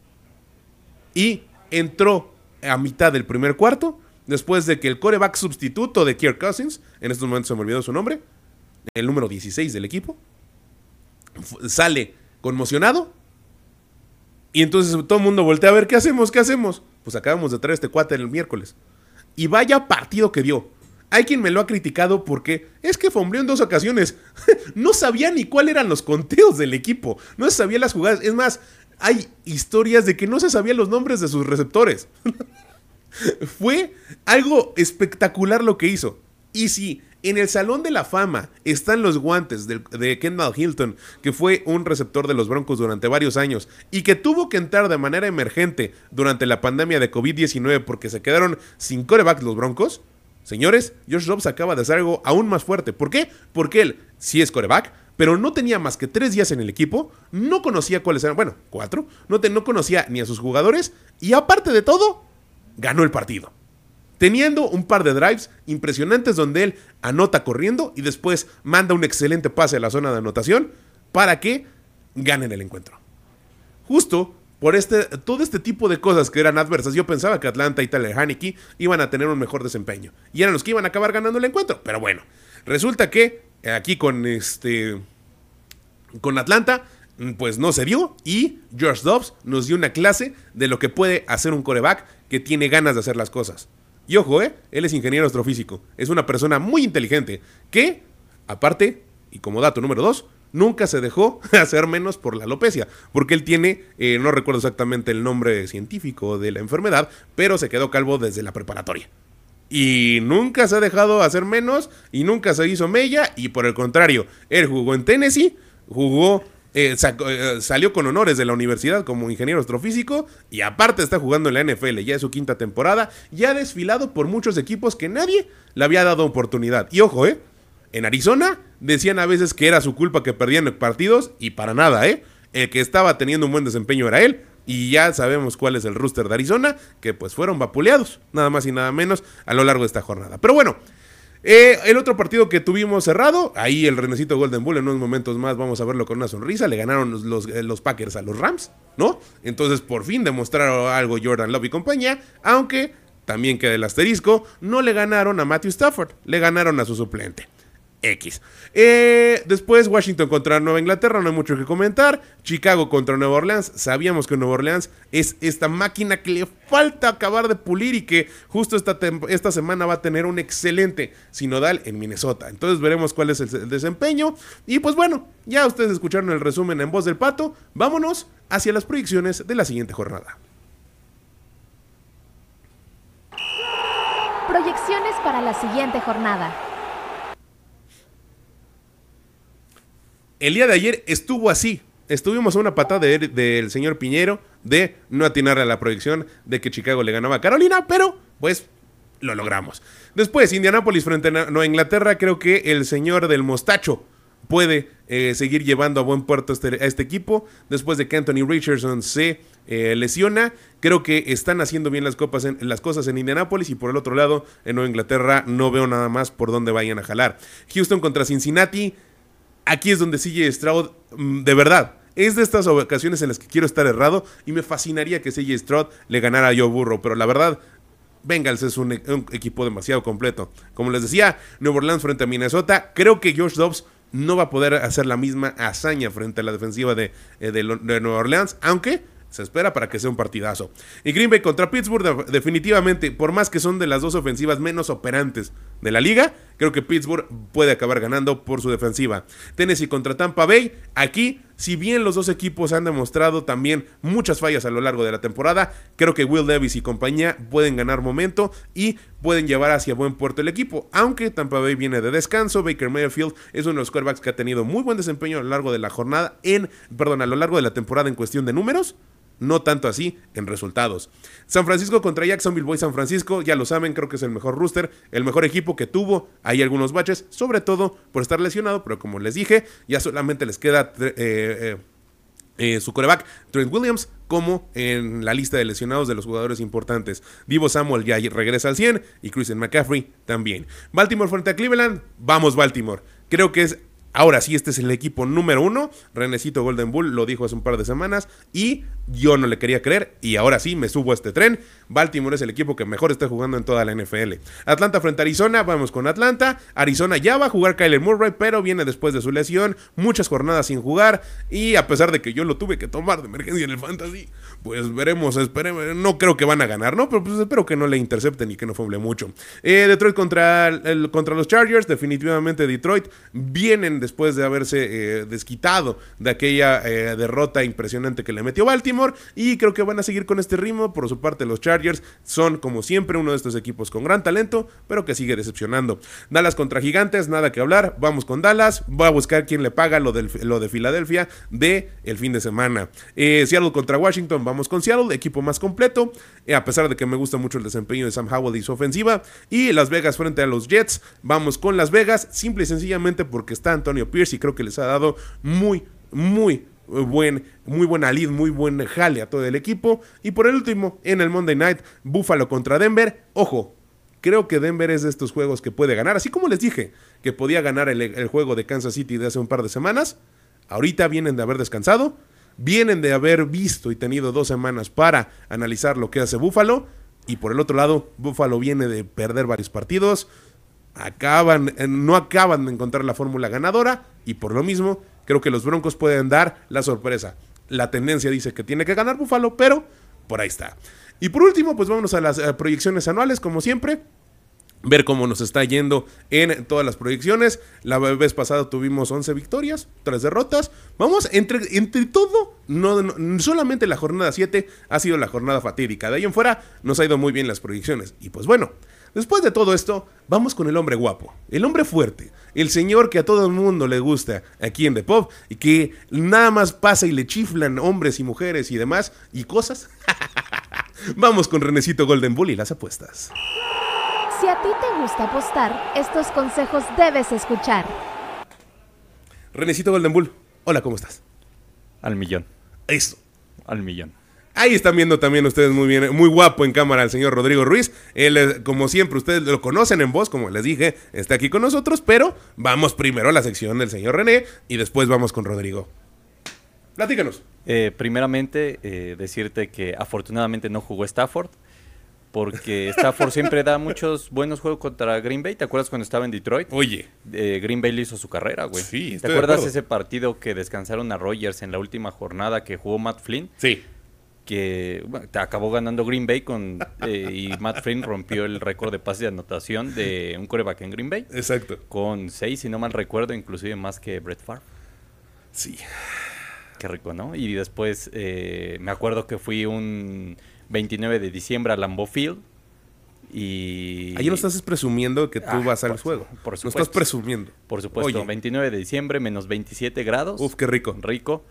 S1: y entró a mitad del primer cuarto, después de que el quarterback sustituto de Kirk Cousins, en estos momentos se me olvidó su nombre, el número dieciséis del equipo, sale conmocionado. Y entonces todo el mundo voltea a ver, ¿qué hacemos? ¿Qué hacemos? Pues acabamos de traer este cuate el miércoles. Y vaya partido que dio. Hay quien me lo ha criticado porque es que fombleó en dos ocasiones. No sabía ni cuáles eran los conteos del equipo. No se sabía las jugadas. Es más, hay historias de que no se sabían los nombres de sus receptores. Fue algo espectacular lo que hizo. Y si en el Salón de la Fama están los guantes de, de Kendall Hilton, que fue un receptor de los Broncos durante varios años y que tuvo que entrar de manera emergente durante la pandemia de covid diecinueve porque se quedaron sin quarterback los Broncos, señores, Josh Dobbs acaba de hacer algo aún más fuerte. ¿Por qué? Porque él sí es quarterback, pero no tenía más que tres días en el equipo, no conocía cuáles eran, bueno, cuatro, no, te, no conocía ni a sus jugadores y aparte de todo, ganó el partido. Teniendo un par de drives impresionantes donde él anota corriendo y después manda un excelente pase a la zona de anotación para que ganen el encuentro. Justo por este, todo este tipo de cosas que eran adversas, yo pensaba que Atlanta y Tyler Heinicke iban a tener un mejor desempeño y eran los que iban a acabar ganando el encuentro. Pero bueno, resulta que aquí con este con Atlanta pues no se dio y Josh Dobbs nos dio una clase de lo que puede hacer un quarterback que tiene ganas de hacer las cosas. Y ojo, eh, él es ingeniero astrofísico, es una persona muy inteligente que, aparte, y como dato número dos, nunca se dejó hacer menos por la alopecia, porque él tiene, eh, no recuerdo exactamente el nombre científico de la enfermedad, pero se quedó calvo desde la preparatoria. y nunca se ha dejado hacer menos y nunca se hizo mella, y por el contrario, él jugó en Tennessee, jugó, eh, sacó, eh, salió con honores de la universidad como ingeniero astrofísico y aparte está jugando en la N F L, ya es su quinta temporada, ya ha desfilado por muchos equipos que nadie le había dado oportunidad. Y ojo, eh, en Arizona decían a veces que era su culpa que perdían partidos y para nada, eh, el que estaba teniendo un buen desempeño era él. Y ya sabemos cuál es el roster de Arizona, que pues fueron vapuleados, nada más y nada menos, a lo largo de esta jornada. Pero bueno, eh, el otro partido que tuvimos cerrado, ahí el renecito Golden Bull, en unos momentos más vamos a verlo con una sonrisa, le ganaron los, los, los Packers a los Rams, ¿no? Entonces por fin demostraron algo Jordan Love y compañía, aunque también queda el asterisco, no le ganaron a Matthew Stafford, le ganaron a su suplente. X. Eh, después Washington contra Nueva Inglaterra, no hay mucho que comentar. Chicago contra Nueva Orleans. Sabíamos que Nueva Orleans es esta máquina que le falta acabar de pulir y que justo esta, esta semana va a tener un excelente sinodal en Minnesota. Entonces veremos cuál es el, el desempeño. Y pues bueno, ya ustedes escucharon el resumen en voz del Pato. Vámonos hacia las proyecciones de la siguiente jornada.
S5: Proyecciones para la siguiente jornada.
S1: El día de ayer estuvo así, estuvimos a una patada del de, de señor Piñero de no atinarle a la proyección de que Chicago le ganaba a Carolina, pero pues lo logramos. Después, Indianapolis frente a Nueva Inglaterra, creo que el señor del mostacho puede eh, seguir llevando a buen puerto este, a este equipo, después de que Anthony Richardson se eh, lesiona. Creo que están haciendo bien las, copas en, las cosas en Indianapolis y por el otro lado, en Nueva Inglaterra, no veo nada más por dónde vayan a jalar. Houston contra Cincinnati. Aquí es donde C J Stroud, de verdad, es de estas ocasiones en las que quiero estar errado y me fascinaría que C J Stroud le ganara a Joe Burrow, pero la verdad, Bengals es un, un equipo demasiado completo. Como les decía, Nueva Orleans frente a Minnesota, creo que Josh Dobbs no va a poder hacer la misma hazaña frente a la defensiva de, de, de Nueva Orleans, aunque se espera para que sea un partidazo. Y Green Bay contra Pittsburgh, definitivamente, por más que son de las dos ofensivas menos operantes de la liga, creo que Pittsburgh puede acabar ganando por su defensiva. Tennessee contra Tampa Bay, aquí, si bien los dos equipos han demostrado también muchas fallas a lo largo de la temporada, creo que Will Levis y compañía pueden ganar momento y pueden llevar hacia buen puerto el equipo, aunque Tampa Bay viene de descanso. Baker Mayfield es uno de los quarterbacks que ha tenido muy buen desempeño a lo largo de la jornada, en, perdón, a lo largo de la temporada en cuestión de números, no tanto así en resultados. San Francisco contra Jacksonville. Voy San Francisco, ya lo saben, creo que es el mejor roster, el mejor equipo que tuvo. Hay algunos baches, sobre todo por estar lesionado, pero como les dije, ya solamente les queda eh, eh, eh, su quarterback Trent Williams como en la lista de lesionados de los jugadores importantes. Deebo Samuel ya regresa al cien y Christian McCaffrey también. Baltimore frente a Cleveland. Vamos Baltimore. Creo que es ahora sí, este es el equipo número uno. Renecito Golden Bull lo dijo hace un par de semanas y yo no le quería creer y ahora sí me subo a este tren. Baltimore es el equipo que mejor está jugando en toda la N F L. Atlanta frente a Arizona, vamos con Atlanta. Arizona ya va a jugar Kyler Murray, pero viene después de su lesión, muchas jornadas sin jugar y a pesar de que yo lo tuve que tomar de emergencia en el Fantasy, pues veremos, esperemos, no creo que van a ganar, ¿no? Pero pues espero que no le intercepten y que no fumble mucho. Eh, Detroit contra, el, contra los Chargers, definitivamente Detroit vienen después de haberse eh, desquitado de aquella eh, derrota impresionante que le metió Baltimore y creo que van a seguir con este ritmo. Por su parte los Chargers son como siempre uno de estos equipos con gran talento, pero que sigue decepcionando. Dallas contra Gigantes, nada que hablar, vamos con Dallas, voy a buscar quién le paga lo, del, lo de Filadelfia de el fin de semana. Eh, Seattle contra Washington, vamos con Seattle, equipo más completo, eh, a pesar de que me gusta mucho el desempeño de Sam Howell y su ofensiva. Y Las Vegas frente a los Jets, vamos con Las Vegas, simple y sencillamente porque está Antonio Pierce y creo que les ha dado muy, muy buen, muy buena lead, muy buen jale a todo el equipo. Y por el último, en el Monday Night, Buffalo contra Denver. Ojo, creo que Denver es de estos juegos que puede ganar, así como les dije que podía ganar el, el juego de Kansas City de hace un par de semanas. Ahorita vienen de haber descansado, vienen de haber visto y tenido dos semanas para analizar lo que hace Buffalo. Y por el otro lado, Buffalo viene de perder varios partidos, acaban, no acaban de encontrar la fórmula ganadora y por lo mismo creo que los Broncos pueden dar la sorpresa. La tendencia dice que tiene que ganar Buffalo, pero por ahí está. Y por último, pues vámonos a las a proyecciones anuales, como siempre. Ver cómo nos está yendo en todas las proyecciones. La vez pasada tuvimos once victorias, tres derrotas. Vamos, entre, entre todo, no, no, solamente la jornada siete ha sido la jornada fatídica. De ahí en fuera nos ha ido muy bien las proyecciones. Y pues bueno, Después de todo esto, vamos con el hombre guapo, el hombre fuerte, el señor que a todo el mundo le gusta aquí en The Pop y que nada más pasa y le chiflan hombres y mujeres y demás y cosas. Vamos con Renecito Golden Bull y las apuestas.
S5: Si a ti te gusta apostar, estos consejos debes escuchar.
S1: Renecito Golden Bull, hola, ¿cómo estás?
S2: Al millón,
S1: Eso.
S2: al millón.
S1: Ahí están viendo también ustedes muy bien, muy guapo en cámara el señor Rodrigo Ruiz. Él, eh, como siempre, ustedes lo conocen en voz, como les dije, está aquí con nosotros, pero vamos primero a la sección del señor René y después vamos con Rodrigo. Platícanos.
S2: Eh, primeramente, eh, decirte que afortunadamente no jugó Stafford, porque Stafford siempre da muchos buenos juegos contra Green Bay. ¿Te acuerdas cuando estaba en Detroit?
S1: Oye.
S2: Eh, Green Bay le hizo su carrera, güey.
S1: Sí,
S2: ¿Te
S1: estoy de
S2: acuerdas
S1: acuerdo.
S2: ese partido que descansaron a Rodgers en la última jornada que jugó Matt Flynn?
S1: Sí.
S2: Que bueno, te acabó ganando Green Bay con eh, y Matt Flynn rompió el récord de pases de anotación de un quarterback en Green Bay
S1: Exacto.
S2: con seis, si no mal recuerdo, inclusive más que Brett Favre.
S1: Sí.
S2: Qué rico, ¿no? Y después eh, me acuerdo que fui un veintinueve de diciembre a Lambeau Field y...
S1: Ahí no estás presumiendo que tú
S2: Ah,
S1: vas al
S2: por-
S1: juego.
S2: por
S1: No
S2: supuesto.
S1: estás presumiendo.
S2: Por supuesto,
S1: Oye.
S2: veintinueve de diciembre, menos veintisiete grados.
S1: Uf, qué rico.
S2: Rico.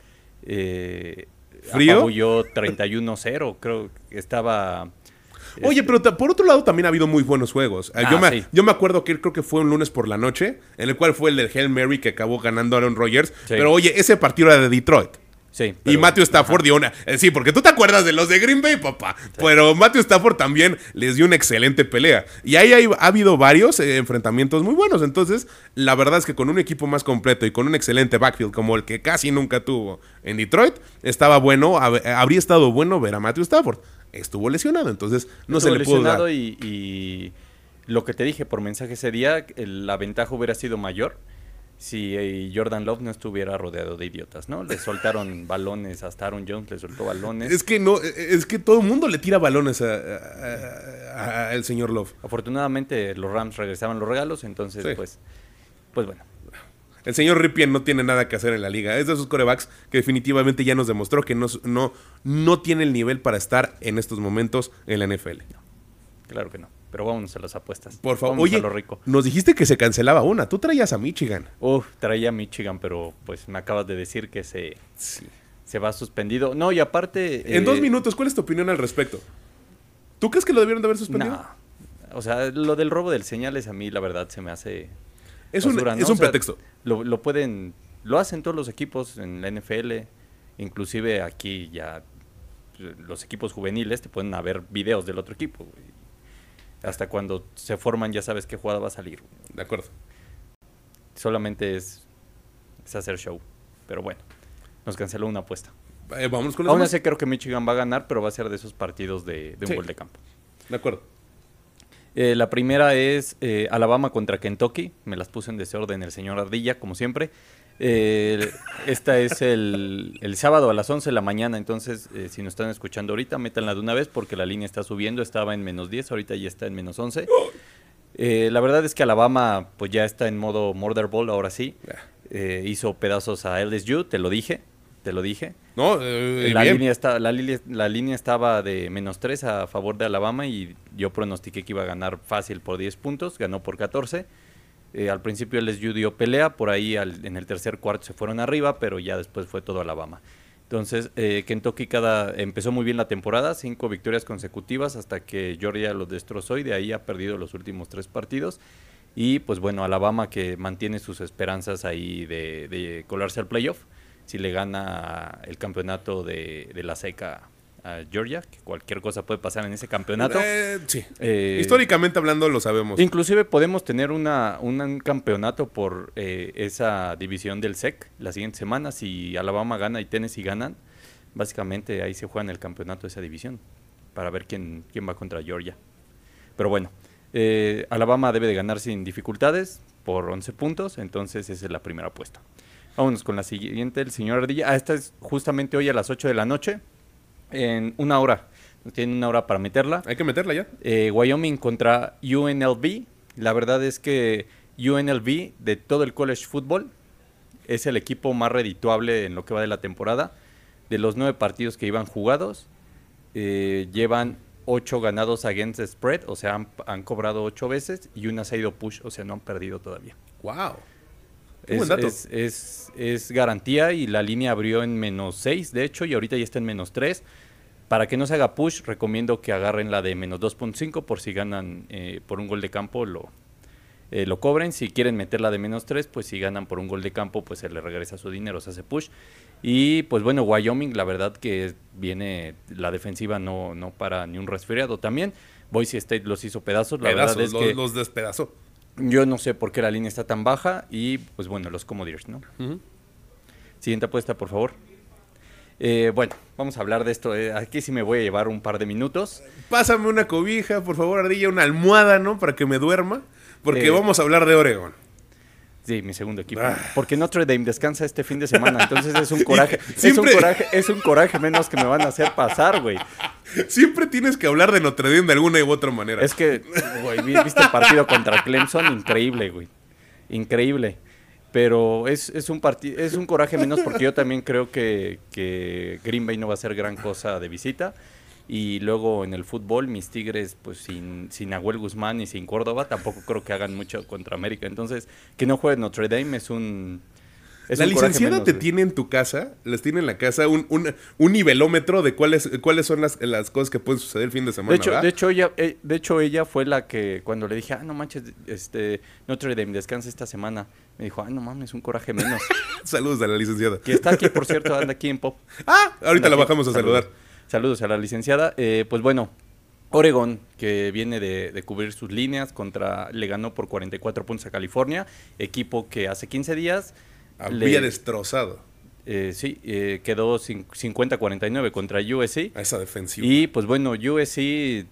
S2: Eh,
S1: ¿Frío?
S2: Apabulló treinta y uno cero, creo que estaba...
S1: Oye,
S2: este,
S1: pero ta- por otro lado también ha habido muy buenos juegos. Eh,
S2: Ah,
S1: yo, me,
S2: sí.
S1: yo me acuerdo que creo que fue un lunes por la noche, en el cual fue el del Hail Mary que acabó ganando Aaron Rodgers.
S2: Sí.
S1: Pero oye, ese partido era de Detroit.
S2: Sí,
S1: Y
S2: pero-
S1: Matthew Stafford dio una... eh, sí, porque tú te acuerdas de los de Green Bay, papá. Pero Matthew Stafford también les dio una excelente pelea. Y ahí hay- ha habido varios eh, enfrentamientos muy buenos. Entonces, la verdad es que con un equipo más completo y con un excelente backfield como el que casi nunca tuvo en Detroit, estaba bueno, hab- habría estado bueno ver a Matthew Stafford. Estuvo lesionado, entonces no se
S2: Estuvo
S1: le pudo
S2: lesionado
S1: dar.
S2: y, y lo que te dije por mensaje ese día, el- la ventaja hubiera sido mayor si eh, Jordan Love no estuviera rodeado de idiotas, ¿no? Le soltaron balones, hasta Aaron Jones le soltó balones.
S1: Es que no, eh, es que todo el mundo le tira balones a- a- a- al señor Love.
S2: Afortunadamente los Rams regresaban los regalos, entonces
S1: Sí.
S2: pues, pues bueno.
S1: El señor Ripien no tiene nada que hacer en la liga. Es de esos corebacks que definitivamente ya nos demostró que no, no, no tiene el nivel para estar en estos momentos en la N F L.
S2: Claro que no. Pero vámonos a las apuestas.
S1: Por favor,
S2: Vámonos
S1: oye,
S2: a lo rico.
S1: nos dijiste que se cancelaba una. Tú traías a Michigan.
S2: Uf, traía a Michigan, pero pues me acabas de decir que se, se va suspendido. No, y aparte...
S1: En
S2: eh,
S1: dos minutos, ¿cuál es tu opinión al respecto? ¿Tú crees que lo debieron de haber suspendido?
S2: No. O sea, lo del robo del señales a mí la verdad se me hace...
S1: es un,
S2: basura, ¿no?
S1: es un
S2: O sea,
S1: pretexto.
S2: Lo, lo pueden... Lo hacen todos los equipos en la N F L. Inclusive aquí ya eh, los equipos juveniles te pueden haber videos del otro equipo, güey. Hasta cuando se forman ya sabes qué jugada va a salir, güey.
S1: De acuerdo.
S2: Solamente es, es hacer show. Pero bueno, nos canceló una apuesta.
S1: Eh, vamos con los
S2: Aún
S1: demás.
S2: así creo que Michigan va a ganar, pero va a ser de esos partidos de, de un
S1: Sí.
S2: gol de campo.
S1: De acuerdo.
S2: Eh, la primera es eh, Alabama contra Kentucky. Me las puse en desorden el señor Ardilla, como siempre. Eh, esta es el, el sábado a las once de la mañana. Entonces, eh, si nos están escuchando ahorita, métanla de una vez porque la línea está subiendo. Estaba en menos diez, ahorita ya está en menos once. Eh, la verdad es que Alabama pues ya está en modo Murder Ball, ahora sí. Eh, hizo pedazos a L S U, te lo dije. Te lo dije.
S1: No, eh,
S2: La
S1: bien.
S2: línea, está, la, línea, la línea estaba de menos tres a favor de Alabama y yo pronostiqué que iba a ganar fácil por diez puntos, ganó por catorce. Eh, al principio L S U dio pelea, por ahí al- en el tercer cuarto se fueron arriba, pero ya después fue todo Alabama. Entonces, eh, Kentucky cada, empezó muy bien la temporada, cinco victorias consecutivas hasta que Georgia los destrozó y de ahí ha perdido los últimos tres partidos. Y pues bueno, Alabama que mantiene sus esperanzas ahí de, de colarse al playoff. Si le gana el campeonato de, de la seca a Georgia, que cualquier cosa puede pasar en ese campeonato.
S1: Eh, sí.
S2: Eh,
S1: Históricamente hablando lo sabemos.
S2: Inclusive podemos tener una, una- un campeonato por eh, esa división del S E C la siguiente semana. Si Alabama gana y Tennessee ganan, básicamente ahí se juega en el campeonato de esa división para ver quién, quién va contra Georgia. Pero bueno, eh, Alabama debe de ganar sin dificultades por once puntos, entonces esa es la primera apuesta. Vámonos con la siguiente, el señor Ardilla. Ah, esta es justamente hoy a las ocho de la noche, en una hora. Tienen una hora para meterla.
S1: Hay que meterla ya.
S2: Eh, Wyoming contra U N L V. La verdad es que U N L V de todo el college football es el equipo más redituable en lo que va de la temporada. De los nueve partidos que iban jugados, eh, llevan ocho ganados against the spread, o sea, han, han cobrado ocho veces y una se ha ido push, o sea, no han perdido todavía.
S1: ¡Wow! Qué
S2: Es,
S1: buen dato.
S2: es, es, es garantía y la línea abrió en menos seis, de hecho, y ahorita ya está en menos tres. Para que no se haga push, recomiendo que agarren la de menos dos punto cinco por si ganan eh, por un gol de campo, lo, eh, lo cobren. Si quieren meter la de menos tres, pues si ganan por un gol de campo, pues se les regresa su dinero, se hace push. Y pues bueno, Wyoming, la verdad que viene, la defensiva no, no para ni un resfriado también. Boise State los hizo pedazos, la
S1: Pedazos,
S2: verdad es
S1: los,
S2: que
S1: los despedazó.
S2: yo no sé por qué la línea está tan baja y pues bueno, los Commodores, ¿no?
S1: Ujú.
S2: Siguiente apuesta, por favor. Eh, bueno, vamos a hablar de esto. Eh, aquí sí me voy a llevar un par de minutos.
S1: Pásame una cobija, por favor, Ardilla, una almohada, ¿no? Para que me duerma. Porque
S2: Eh,
S1: vamos a hablar de Oregon.
S2: Sí, mi segundo equipo.
S1: Ah.
S2: Porque Notre Dame descansa este fin de semana, entonces es un coraje, es un
S1: siempre-
S2: coraje, es un coraje menos que me van a hacer pasar, güey.
S1: Siempre tienes que hablar de Notre Dame de alguna u otra manera.
S2: Es que, güey, vi- viste el partido contra Clemson, increíble, güey. Increíble. Pero es, es un partido, es un coraje menos porque yo también creo que, que Green Bay no va a ser gran cosa de visita. Y luego en el fútbol, mis Tigres, pues sin, sin Nahuel Guzmán y sin Córdoba, tampoco creo que hagan mucho contra América. Entonces, que no juegue Notre Dame es un. Es
S1: la
S2: un coraje
S1: licenciada
S2: menos,
S1: te
S2: güey.
S1: tiene en tu casa, les tiene en la casa un, un, un nivelómetro de cuáles, cuáles son las, las cosas que pueden suceder el fin de semana.
S2: De hecho,
S1: ¿verdad?
S2: de hecho ella, eh, de hecho ella fue la que cuando le dije, ah, no manches, este Notre Dame descansa esta semana, me dijo, ah, no mames, un coraje menos.
S1: Saludos a la licenciada.
S2: Que está aquí, por cierto, anda aquí en Pop.
S1: Ah, ahorita la
S2: Aquí.
S1: bajamos a
S2: Saludos.
S1: saludar.
S2: Saludos a la licenciada. Eh, pues bueno, Oregon, que viene de, de cubrir sus líneas, contra le ganó por cuarenta y cuatro puntos a California, equipo que hace quince días
S1: Había
S2: le-
S1: destrozado
S2: eh, sí, eh, quedó cin- cincuenta a cuarenta y nueve contra U S C.
S1: a esa defensiva.
S2: Y pues bueno, U S C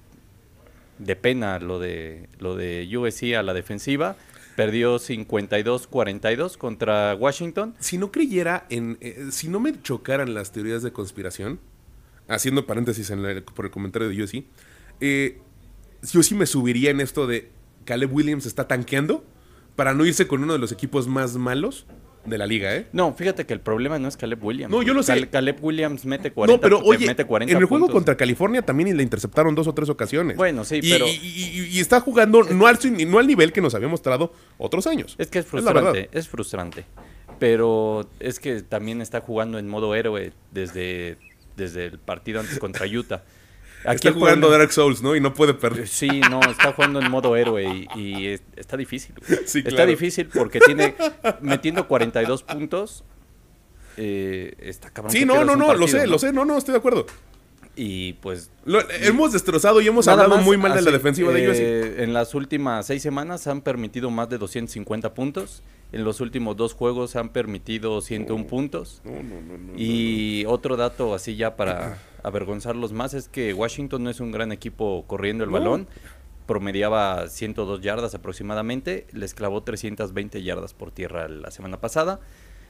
S2: de pena lo de lo de U S C a la defensiva. Perdió cincuenta y dos a cuarenta y dos contra Washington.
S1: Si no creyera en... eh, si no me chocaran las teorías de conspiración, haciendo paréntesis en la- por el comentario de U S C, eh, yo sí me subiría en esto de Caleb Williams está tanqueando para no irse con uno de los equipos más malos de la liga, ¿eh?
S2: No, fíjate que el problema no es Caleb Williams.
S1: No, yo lo sé.
S2: Cal- Caleb Williams mete cuarenta,
S1: No, pero
S2: te
S1: oye,
S2: mete cuarenta
S1: en el juego
S2: puntos.
S1: contra California también le interceptaron dos o tres ocasiones.
S2: Bueno, sí,
S1: Y-
S2: pero-
S1: Y, y- y está jugando no al, no al nivel que nos había mostrado otros años.
S2: Es que es
S1: la verdad.
S2: frustrante, es, frustrante. Pero es que también está jugando en modo héroe desde, desde el partido antes contra Utah. Aquí
S1: Está
S2: el
S1: jugando
S2: problema-
S1: Dark Souls, ¿no? Y no puede perder.
S2: Sí, no, está jugando en modo héroe y, y es- está difícil. güey.
S1: Sí,
S2: está
S1: claro.
S2: difícil porque tiene, metiendo cuarenta y dos puntos, eh, está cabrón.
S1: Sí,
S2: que
S1: no,
S2: pierdas
S1: no,
S2: un
S1: no, lo
S2: partido,
S1: sé,
S2: ¿no?
S1: lo sé, no, no, estoy de acuerdo.
S2: Y pues
S1: Lo- hemos destrozado y hemos
S2: nada
S1: hablado
S2: más,
S1: muy mal de la
S2: así,
S1: defensiva de U S C.
S2: eh, En las últimas seis semanas han permitido más de doscientos cincuenta puntos. En los últimos dos juegos han permitido ciento uno puntos.
S1: No, no, no, no,
S2: Y otro dato así ya para avergonzarlos más es que Washington no es un gran equipo corriendo el
S1: No.
S2: balón. Promediaba ciento dos yardas aproximadamente. Les clavó trescientas veinte yardas por tierra la semana pasada.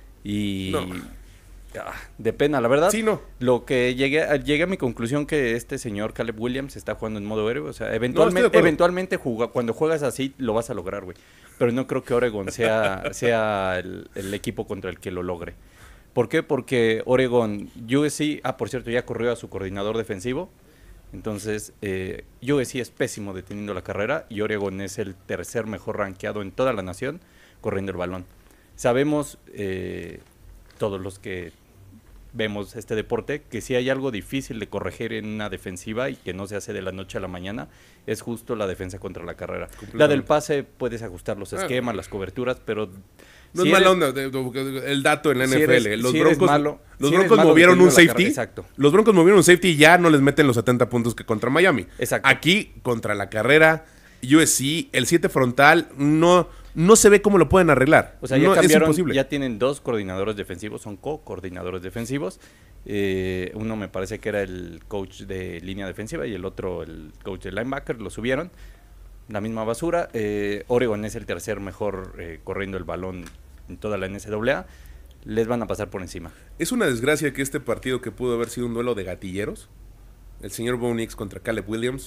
S2: Y
S1: No.
S2: ah, de pena, la verdad.
S1: Sí, no.
S2: Lo que llegué a, llegué a mi conclusión que este señor Caleb Williams está jugando en modo héroe. O sea,
S1: No, estoy de
S2: eventualmente,
S1: acuerdo.
S2: eventualmente juga- cuando juegas así lo vas a lograr, güey. Pero no creo que Oregon sea, sea el, el equipo contra el que lo logre. ¿Por qué? Porque Oregon, U S C, ah, por cierto, ya corrió a su coordinador defensivo. Entonces, eh, U S C es pésimo deteniendo la carrera y Oregon es el tercer mejor rankeado en toda la nación corriendo el balón. Sabemos, eh, todos los que vemos este deporte, que si hay algo difícil de corregir en una defensiva y que no se hace de la noche a la mañana, es justo la defensa contra la carrera. La del pase puedes ajustar los esquemas, las coberturas, pero...
S1: No
S2: si
S1: es mala
S2: eres-
S1: onda, de- de- el dato en la
S2: Si
S1: N F L.
S2: eres-
S1: los
S2: si eres
S1: Broncos,
S2: malo-
S1: los
S2: si eres
S1: broncos
S2: malo
S1: movieron un
S2: deteniendo la
S1: safety.
S2: carrera, exacto.
S1: Los Broncos movieron un safety y ya no les meten los setenta puntos que contra Miami.
S2: Exacto.
S1: Aquí, contra la carrera, U S C, el siete frontal, no, no se ve cómo lo pueden arreglar.
S2: O sea, ya
S1: no, es
S2: cambiaron,
S1: imposible.
S2: ya tienen dos coordinadores defensivos, son co-coordinadores defensivos. Eh, uno me parece que era el coach de línea defensiva y el otro el coach de linebacker, lo subieron. La misma basura. Eh, Oregon es el tercer mejor eh, corriendo el balón en toda la N C A A. Les van a pasar por encima.
S1: Es una desgracia que este partido que pudo haber sido un duelo de gatilleros, el señor Bo Nix contra Caleb Williams,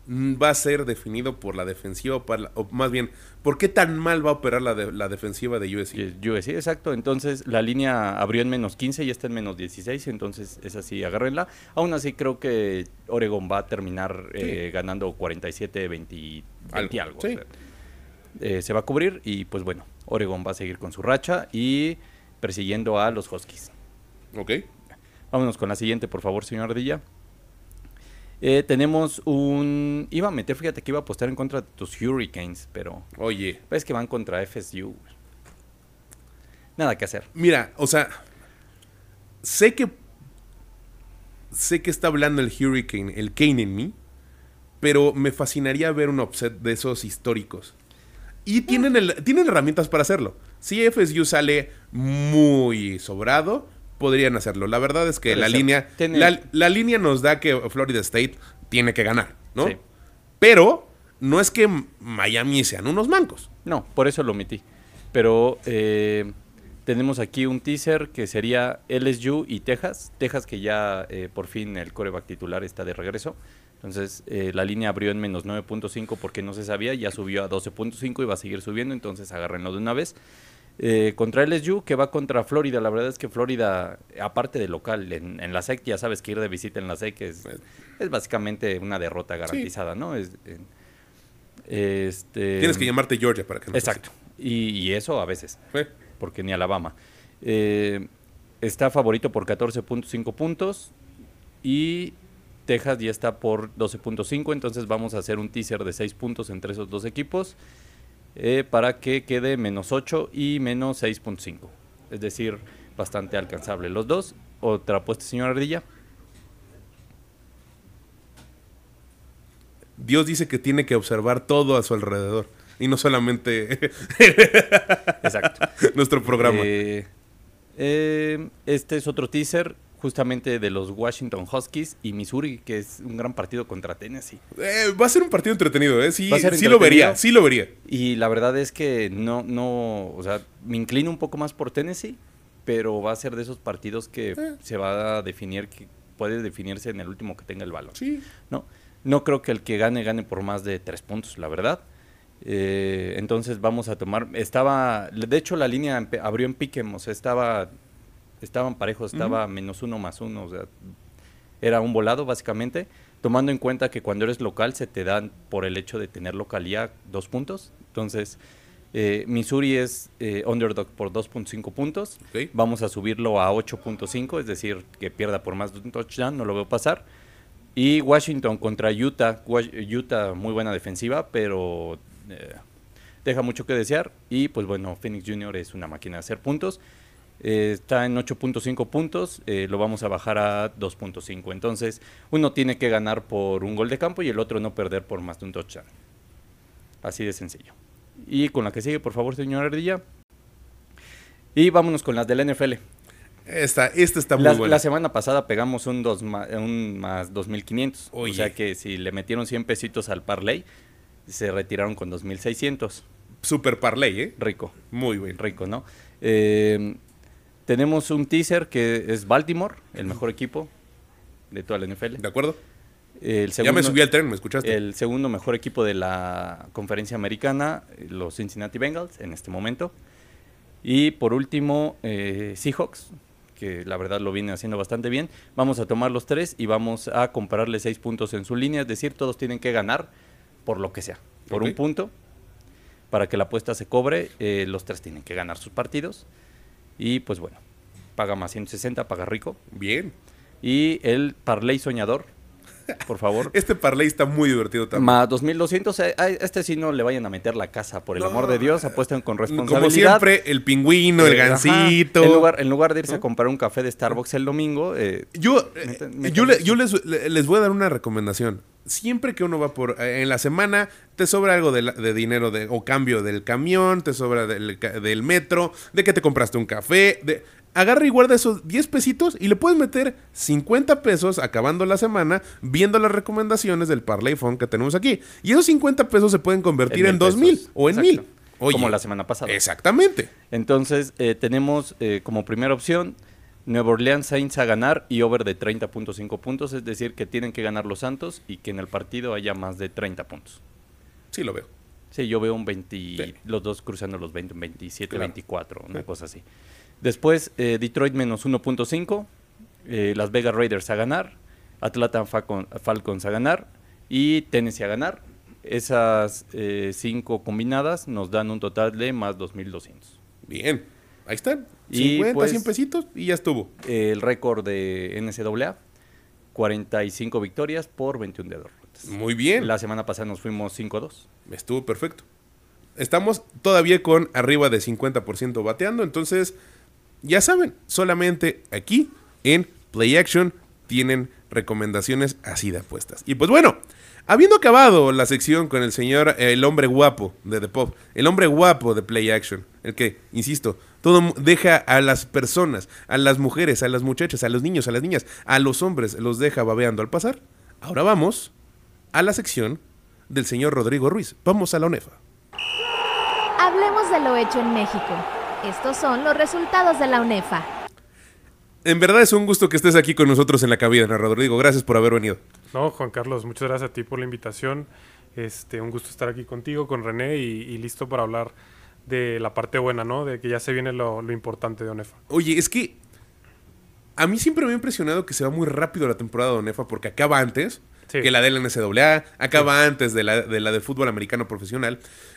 S1: va a ser definido por la defensiva, o, para la, o más bien, ¿por qué tan mal va a operar la, de, la defensiva de U S C?
S2: U S C, exacto. Entonces, la línea abrió en menos quince y está en menos dieciséis, entonces es así, agárrenla. Aún así, creo que Oregon va a terminar sí. eh, ganando cuarenta y siete veinte algo. algo sí. o sea, eh, se va a cubrir y, pues bueno, Oregon va a seguir con su racha y persiguiendo a los Huskies.
S1: Ok.
S2: Vámonos con la siguiente, por favor, señor Ardilla. Eh, tenemos un... Iba a meter, fíjate que iba a apostar en contra de tus Hurricanes, pero...
S1: Oye.
S2: Ves que van contra F S U. Nada que hacer.
S1: Mira, o sea... Sé que... Sé que está hablando el Hurricane, el Kane en mí, pero me fascinaría ver un upset de esos históricos. Y tienen, el, tienen herramientas para hacerlo. Si F S U sale muy sobrado... podrían hacerlo. La verdad es que Pero la línea tiene... la, la línea nos da que Florida State tiene que ganar, ¿no? Sí. Pero no es que Miami sean unos mancos.
S2: No, por eso lo omití. Pero eh, tenemos aquí un teaser que sería L S U y Texas. Texas que ya eh, por fin el quarterback titular está de regreso. Entonces eh, la línea abrió en menos nueve punto cinco porque no se sabía. Ya subió a doce punto cinco y va a seguir subiendo. Entonces agárrenlo de una vez. Eh, contra L S U, que va contra Florida. La verdad es que Florida, aparte de local, en, en la S E C, ya sabes que ir de visita en la S E C es, es básicamente una derrota garantizada, sí. ¿no? Es, eh, este,
S1: Tienes que llamarte Georgia para que no.
S2: Exacto. Y, y eso a veces, ¿Sí? porque ni Alabama. Eh, está favorito por catorce punto cinco puntos y Texas ya está por doce punto cinco, entonces vamos a hacer un teaser de seis puntos entre esos dos equipos. Eh, para que quede menos ocho y menos seis punto cinco. Es decir, bastante alcanzable los dos. Otra apuesta, señor Ardilla.
S1: Dios dice que tiene que observar todo a su alrededor. Y no solamente
S2: Exacto.
S1: nuestro programa.
S2: Eh, eh, este es otro teaser justamente de los Washington Huskies y Missouri, que es un gran partido contra Tennessee.
S1: Eh, va a ser un partido entretenido, ¿eh? Sí, sí lo vería, sí lo vería.
S2: Y la verdad es que no, no, o sea, me inclino un poco más por Tennessee, pero va a ser de esos partidos que eh. se va a definir, que puede definirse en el último que tenga el balón.
S1: Sí.
S2: ¿No? No creo que el que gane, gane por más de tres puntos, la verdad. Eh, entonces vamos a tomar, estaba, de hecho la línea abrió en piquem, o sea, estaba... Estaban parejos, estaba uh-huh. menos uno más uno, o sea, era un volado básicamente, tomando en cuenta que cuando eres local se te dan por el hecho de tener localía dos puntos. Entonces, eh, Missouri es eh, underdog por dos punto cinco puntos,
S1: okay.
S2: Vamos a subirlo a ocho punto cinco, es decir, que pierda por más de un touchdown, no lo veo pasar. Y Washington contra Utah, Utah muy buena defensiva, pero eh, deja mucho que desear. Y pues bueno, Phoenix junior es una máquina de hacer puntos. Eh, está en ocho punto cinco puntos, eh, lo vamos a bajar a dos punto cinco. Entonces, uno tiene que ganar por un gol de campo y el otro no perder por más de un touchdown. Así de sencillo. Y con la que sigue, por favor, señor Ardilla. Y vámonos con las del N F L.
S1: Esta, esta está muy
S2: la,
S1: buena.
S2: La semana pasada pegamos un, dos ma, un más dos mil quinientos. Oye. O sea que si le metieron cien pesitos al parlay, se retiraron con dos mil seiscientos.
S1: Super parlay, ¿eh?
S2: Rico.
S1: Muy bien.
S2: Rico, ¿no? Eh... Tenemos un teaser que es Baltimore, el mejor equipo de toda la N F L.
S1: ¿De acuerdo?
S2: El segundo,
S1: ya me subí al tren, ¿me escuchaste?
S2: El segundo mejor equipo de la conferencia americana, los Cincinnati Bengals, en este momento. Y por último, eh, Seahawks, que la verdad lo viene haciendo bastante bien. Vamos a tomar los tres y vamos a compararle seis puntos en su línea. Es decir, todos tienen que ganar por lo que sea. Por okay. un punto, para que la apuesta se cobre, eh, los tres tienen que ganar sus partidos. Y pues bueno, paga más ciento sesenta, paga rico.
S1: Bien.
S2: Y el parlay soñador, por favor.
S1: Este parlay está muy divertido también.
S2: Más dos mil doscientos, a este sí no le vayan a meter la casa, por el no, amor de Dios, apuesten con responsabilidad.
S1: Como siempre, el pingüino, el gansito.
S2: Ajá, en, lugar, en lugar de irse ¿no? a comprar un café de Starbucks el domingo. Eh,
S1: yo eh, me, yo, le, yo les, les voy a dar una recomendación. Siempre que uno va por en la semana, te sobra algo de, de dinero de, o cambio del camión, te sobra del, del metro, de que te compraste un café, de, agarra y guarda esos diez pesitos y le puedes meter cincuenta pesos acabando la semana viendo las recomendaciones del Parlay Fund que tenemos aquí. Y esos cincuenta pesos se pueden convertir en dos mil o en mil.
S2: Oye, como la semana pasada.
S1: Exactamente.
S2: Entonces, eh, tenemos eh, como primera opción Nueva Orleans Saints a ganar y over de treinta punto cinco puntos, es decir, que tienen que ganar los Santos y que en el partido haya más de treinta puntos.
S1: Sí, lo veo.
S2: Sí, yo veo un veinte,
S1: Sí.
S2: los dos cruzando los veinte, veintisiete,
S1: Claro.
S2: veinticuatro, una
S1: Sí.
S2: cosa así. Después, eh, Detroit menos uno punto cinco, eh, Las Vegas Raiders a ganar, Atlanta Falcon, Falcons a ganar y Tennessee a ganar. Esas eh, cinco combinadas nos dan un total de más dos mil doscientos.
S1: Bien. Ahí están.
S2: Y,
S1: cincuenta,
S2: pues,
S1: cien pesitos y ya estuvo.
S2: El récord de N C A A, cuarenta y cinco victorias por veintiuna derrotas.
S1: Muy bien.
S2: La semana pasada nos fuimos cinco a dos.
S1: Estuvo perfecto. Estamos todavía con arriba de cincuenta por ciento bateando, entonces ya saben, solamente aquí en Play Action tienen recomendaciones así de apuestas. Y pues bueno, habiendo acabado la sección con el señor, eh, el hombre guapo de The Pop, el hombre guapo de Play Action, el que, insisto, todo mu- deja a las personas, a las mujeres, a las muchachas, a los niños, a las niñas, a los hombres, los deja babeando al pasar. Ahora vamos a la sección del señor Rodrigo Ruiz. Vamos a la ONEFA.
S5: Hablemos de lo hecho en México. Estos son los resultados de la UNEFA.
S1: En verdad es un gusto que estés aquí con nosotros en la cabina, Rodrigo. Gracias por haber venido.
S7: No, Juan Carlos, muchas gracias a ti por la invitación. Este, un gusto estar aquí contigo, con René y, y listo para hablar de la parte buena, ¿no? De que ya se viene lo, lo importante de ONEFA.
S1: Oye, es que a mí siempre me ha impresionado que se va muy rápido la temporada de ONEFA porque acaba antes
S7: Sí.
S1: que la de la N C A A, acaba antes de la, de la de fútbol americano profesional.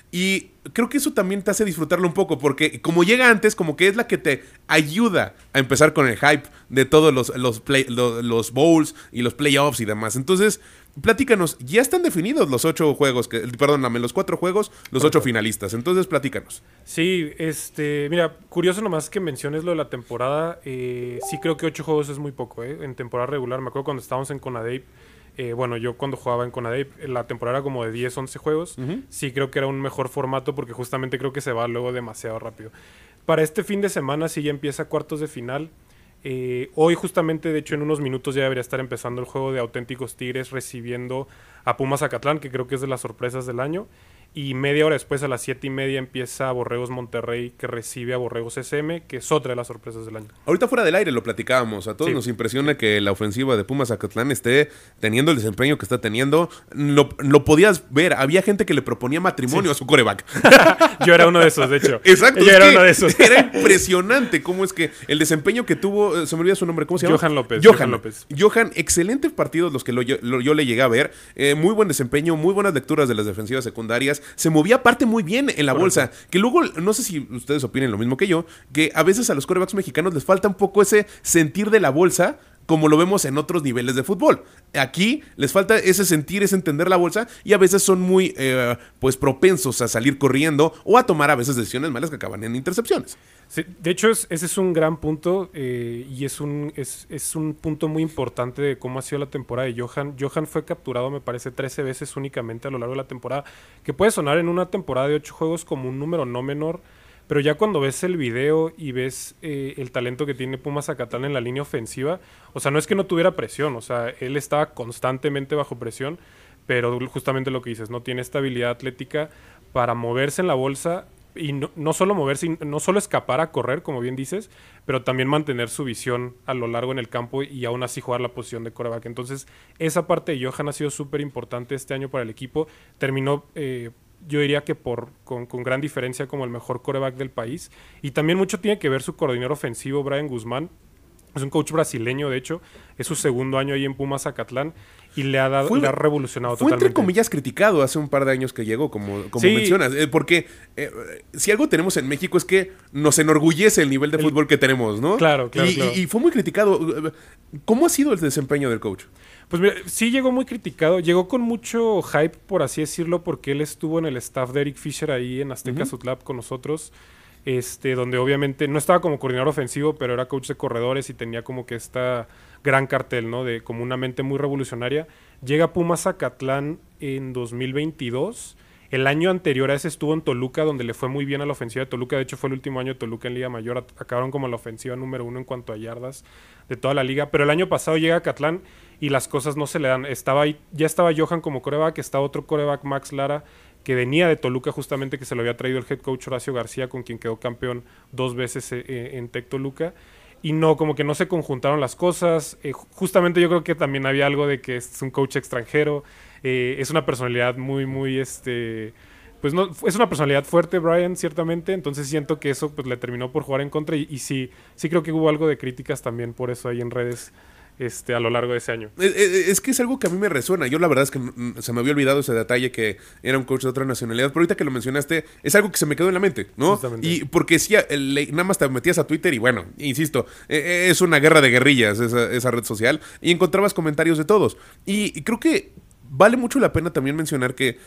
S1: Y creo que eso también te hace disfrutarlo un poco porque como llega antes, como que es la que te ayuda a empezar con el hype de todos los, los, play, los, los bowls y los playoffs y demás. Entonces, platícanos, ya están definidos los ocho juegos, que, perdóname, los cuatro juegos, los ocho finalistas. Entonces, platícanos.
S7: Sí, este, mira, curioso nomás que menciones lo de la temporada. Eh, sí creo que ocho juegos es muy poco, ¿eh? En temporada regular, me acuerdo cuando estábamos en CONADEIP. Eh, bueno, yo cuando jugaba en CONADEIP, la temporada era como de diez, once juegos.
S1: Uh-huh.
S7: Sí creo que era un mejor formato porque justamente creo que se va luego demasiado rápido. Para este fin de semana sí ya empieza cuartos de final. Eh, hoy justamente, de hecho en unos minutos ya debería estar empezando el juego de Auténticos Tigres recibiendo a Pumas Zacatlán, que creo que es de las sorpresas del año. Y media hora después, a las siete y media, empieza Borregos Monterrey, que recibe a Borregos S M, que es otra de las sorpresas del año.
S1: Ahorita fuera del aire lo platicábamos. A todos
S7: Sí.
S1: nos impresiona que la ofensiva de Pumas Zacatlán esté teniendo el desempeño que está teniendo. Lo, lo podías ver. Había gente que le proponía matrimonio
S7: Sí.
S1: a su coreback.
S7: Yo era uno de esos, de hecho.
S1: Exacto.
S7: Yo
S1: es
S7: era
S1: que
S7: uno de esos.
S1: Era impresionante cómo es que el desempeño que tuvo, eh, se me olvida su nombre, ¿cómo se llama?
S7: Johan López,
S1: Johan,
S7: Johan López.
S1: Johan, excelentes partidos los que lo- yo, lo- yo le llegué a ver. Eh, muy buen desempeño, muy buenas lecturas de las defensivas secundarias. Se movía aparte muy bien en la
S7: Correcto.
S1: bolsa. Que luego, no sé si ustedes opinen lo mismo que yo, que a veces a los quarterbacks mexicanos les falta un poco ese sentir de la bolsa, como lo vemos en otros niveles de fútbol. Aquí les falta ese sentir, ese entender la bolsa, y a veces son muy eh, pues propensos a salir corriendo o a tomar a veces decisiones malas que acaban en intercepciones.
S7: Sí, de hecho, es- ese es un gran punto eh, y es un, es, es un punto muy importante de cómo ha sido la temporada de Johan. Johan fue capturado, me parece, trece veces únicamente a lo largo de la temporada, que puede sonar en una temporada de ocho juegos como un número no menor, pero ya cuando ves el video y ves eh, el talento que tiene Pumas Zacatlán en la línea ofensiva, o sea, no es que no tuviera presión, o sea, él estaba constantemente bajo presión, pero justamente lo que dices, no tiene estabilidad atlética para moverse en la bolsa y no, no solo moverse, no solo escapar a correr, como bien dices, pero también mantener su visión a lo largo en el campo y aún así jugar la posición de quarterback. Entonces, esa parte de Johan ha sido súper importante este año para el equipo. Terminó, eh, yo diría que por con, con gran diferencia como el mejor quarterback del país. Y también mucho tiene que ver su coordinador ofensivo, Brian Guzmán. Es un coach brasileño, de hecho. Es su segundo año ahí en Pumas Zacatlán y le ha, dado,
S1: Fue-
S7: le ha revolucionado
S1: Fue
S7: totalmente.
S1: entre comillas criticado hace un par de años que llegó, como, como
S7: Sí.
S1: mencionas. Eh, porque eh, si algo tenemos en México es que nos enorgullece el nivel de
S7: El-
S1: fútbol que tenemos, ¿no?
S7: Claro, claro,
S1: y,
S7: claro.
S1: y- y fue muy criticado. ¿Cómo ha sido el desempeño del coach?
S7: Pues mira, sí llegó muy criticado. Llegó con mucho hype, por así decirlo, porque él estuvo en el staff de Eric Fisher ahí en Azteca
S1: Ujú.
S7: Sutlab con nosotros. Este, donde obviamente no estaba como coordinador ofensivo, pero era coach de corredores y tenía como que esta gran cartel, ¿no? De como una mente muy revolucionaria. Llega Pumas Zacatlán en dos mil veintidós. El año anterior a ese estuvo en Toluca, donde le fue muy bien a la ofensiva de Toluca. De hecho, fue el último año de Toluca en Liga Mayor. At- Acabaron como la ofensiva número uno en cuanto a yardas de toda la liga. Pero el año pasado llega a Catlán y las cosas no se le dan. Estaba ahí, ya estaba Johan como coreback, estaba otro coreback, Max Lara, que venía de Toluca justamente, que se lo había traído el head coach Horacio García, con quien quedó campeón dos veces eh, en Tec Toluca. y no, como que no se conjuntaron las cosas. Eh, justamente yo creo que también había algo de que es un coach extranjero, eh, es una personalidad muy, muy, este... Pues no, es una personalidad fuerte, Brian, ciertamente, entonces siento que eso pues le terminó por jugar en contra y, y sí, sí creo que hubo algo de críticas también por eso ahí en redes este, a lo largo de ese año.
S1: Es, es, es que es algo que a mí me resuena. Yo la verdad es que mm, se me había olvidado ese detalle que era un coach de otra nacionalidad, pero ahorita que lo mencionaste es algo que se me quedó en la mente, ¿no?
S7: Justamente.
S1: Y porque si sí, nada más te metías a Twitter y bueno, insisto, eh, es una guerra de guerrillas esa, esa red social y encontrabas comentarios de todos. Y, y creo que vale mucho la pena también mencionar que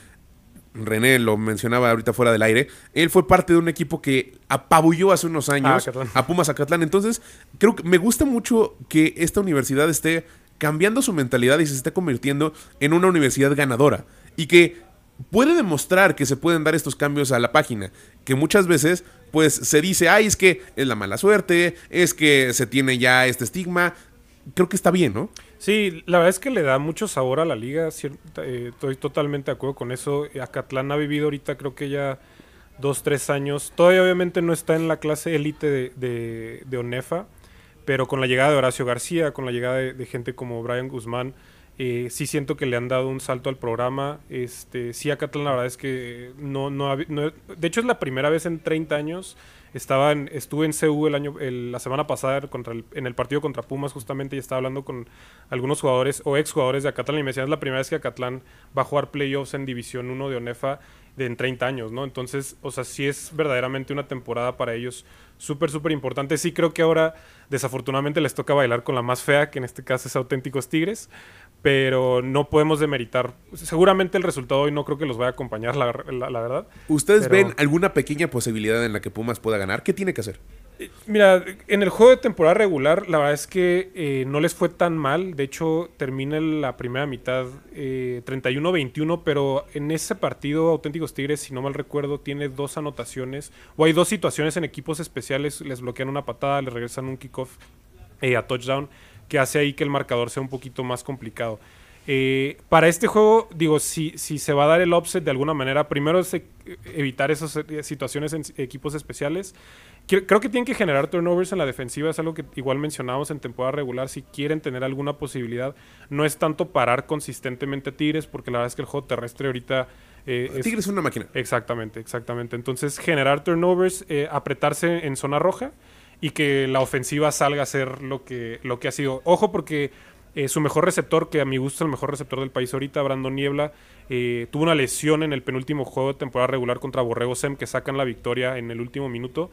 S1: René lo mencionaba ahorita fuera del aire, él fue parte de un equipo que apabulló hace unos años
S7: ah,
S1: a Pumas Acatlán. Entonces, creo que me gusta mucho que esta universidad esté cambiando su mentalidad y se esté convirtiendo en una universidad ganadora. Y que puede demostrar que se pueden dar estos cambios a la página. Que muchas veces, pues, se dice, ay, es que es la mala suerte, es que se tiene ya este estigma. Creo que está bien, ¿no?
S7: Sí, la verdad es que le da mucho sabor a la liga, cierta, eh, estoy totalmente de acuerdo con eso. Acatlán ha vivido ahorita creo que ya dos, tres años, todavía obviamente no está en la clase élite de, de, de ONEFA, pero con la llegada de Horacio García, con la llegada de, de gente como Brian Guzmán, eh, sí siento que le han dado un salto al programa. Este, sí, Acatlán la verdad es que no, no, no, de hecho es la primera vez en treinta años. Estaba en, estuve en C U el año, el, la semana pasada contra el, en el partido contra Pumas justamente y estaba hablando con algunos jugadores o exjugadores de Acatlán y me decían es la primera vez que Acatlán va a jugar playoffs en División uno de ONEFA de en treinta años, ¿no? Entonces, o sea, sí es verdaderamente una temporada para ellos súper, súper importante. Sí creo que ahora desafortunadamente les toca bailar con la más fea, que en este caso es Auténticos Tigres, pero no podemos demeritar. Seguramente el resultado hoy no creo que los vaya a acompañar, la, la, la verdad.
S1: ¿Ustedes
S7: pero...
S1: ven alguna pequeña posibilidad en la que Pumas pueda ganar? ¿Qué tiene que hacer?
S7: Mira, en el juego de temporada regular, la verdad es que eh, no les fue tan mal. De hecho, termina la primera mitad eh, treinta y uno veintiuno, pero en ese partido, Auténticos Tigres, si no mal recuerdo, tiene dos anotaciones, o hay dos situaciones en equipos especiales, les bloquean una patada, les regresan un kickoff eh, a touchdown, que hace ahí que el marcador sea un poquito más complicado. Eh, para este juego, digo, si, si se va a dar el offset de alguna manera, primero es evitar esas situaciones en equipos especiales. Creo que tienen que generar turnovers en la defensiva, es algo que igual mencionábamos en temporada regular, si quieren tener alguna posibilidad. No es tanto parar consistentemente a Tigres, porque la verdad es que el juego terrestre ahorita... Eh, es,
S1: Tigres es una máquina.
S7: Exactamente, exactamente. Entonces, generar turnovers, eh, apretarse en zona roja y que la ofensiva salga a hacer lo que, lo que ha sido. Ojo, porque eh, su mejor receptor, que a mi gusto es el mejor receptor del país ahorita, Brandon Niebla, eh, tuvo una lesión en el penúltimo juego de temporada regular contra Borrego Sem, que sacan la victoria en el último minuto.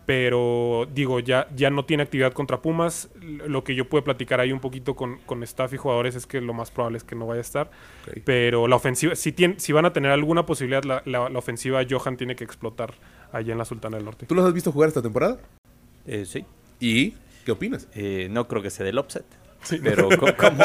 S7: Pero, digo, ya, ya no tiene actividad contra Pumas. Lo que yo pude platicar ahí un poquito con, con staff y jugadores es que lo más probable es que no vaya a estar. Okay. Pero la ofensiva, si, tiene, si van a tener alguna posibilidad, la, la, la ofensiva Johan tiene que explotar allá en la Sultana del Norte.
S1: ¿Tú los has visto jugar esta temporada?
S2: Eh, sí.
S1: ¿Y qué opinas?
S2: Eh, no creo que se dé el offset. Sí. Pero, ¿cómo? ¿cómo?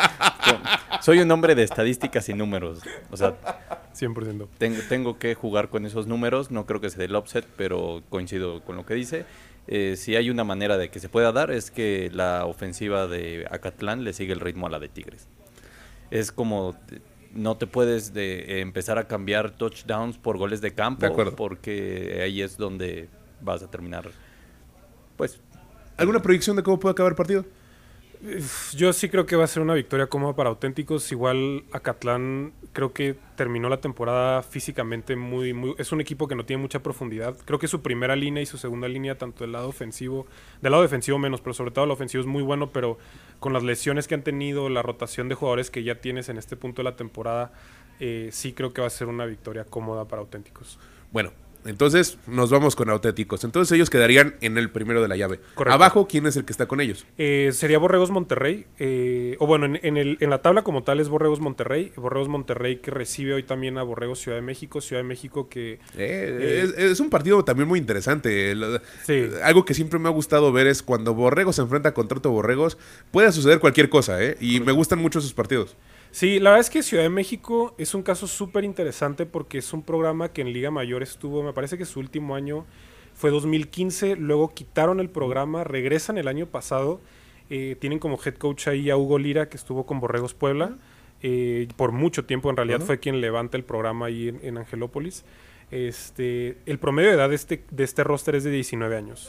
S2: Soy un hombre de estadísticas y números. O sea...
S7: cien por ciento.
S2: Tengo, tengo que jugar con esos números, no creo que se dé el offset, pero coincido con lo que dice. Eh, si hay una manera de que se pueda dar es que la ofensiva de Acatlán le sigue el ritmo a la de Tigres. Es como, no te puedes de, eh, empezar a cambiar touchdowns por goles de campo,
S1: de acuerdo,
S2: porque ahí es donde vas a terminar. Pues,
S1: ¿alguna proyección de cómo puede acabar el partido?
S7: Yo sí creo que va a ser una victoria cómoda para Auténticos. Igual Acatlán creo que terminó la temporada físicamente muy, muy... Es un equipo que no tiene mucha profundidad. Creo que su primera línea y su segunda línea, tanto del lado ofensivo, del lado defensivo menos, pero sobre todo el ofensivo es muy bueno, pero con las lesiones que han tenido, la rotación de jugadores que ya tienes en este punto de la temporada, eh, sí creo que va a ser una victoria cómoda para Auténticos.
S1: Bueno, entonces nos vamos con Auténticos. Entonces ellos quedarían en el primero de la llave.
S7: Correcto.
S1: Abajo, ¿quién es el que está con ellos?
S7: Eh, sería Borregos Monterrey. Eh, o bueno, en, en, el, en la tabla como tal es Borregos Monterrey. Borregos Monterrey que recibe hoy también a Borregos Ciudad de México. Ciudad de México que...
S1: Eh, eh, es, es un partido también muy interesante.
S7: Sí.
S1: Algo que siempre me ha gustado ver es cuando Borregos se enfrenta contra otro Borregos, puede suceder cualquier cosa, ¿eh? Y me gustan mucho esos partidos.
S7: Sí, la verdad es que Ciudad de México es un caso súper interesante porque es un programa que en Liga Mayor estuvo, me parece que su último año fue dos mil quince, luego quitaron el programa, regresan el año pasado, eh, tienen como head coach ahí a Hugo Lira, que estuvo con Borregos Puebla, eh, por mucho tiempo en realidad uh-huh. fue quien levanta el programa ahí en, en Angelópolis. Este, el promedio de edad de este, de este roster es de diecinueve años.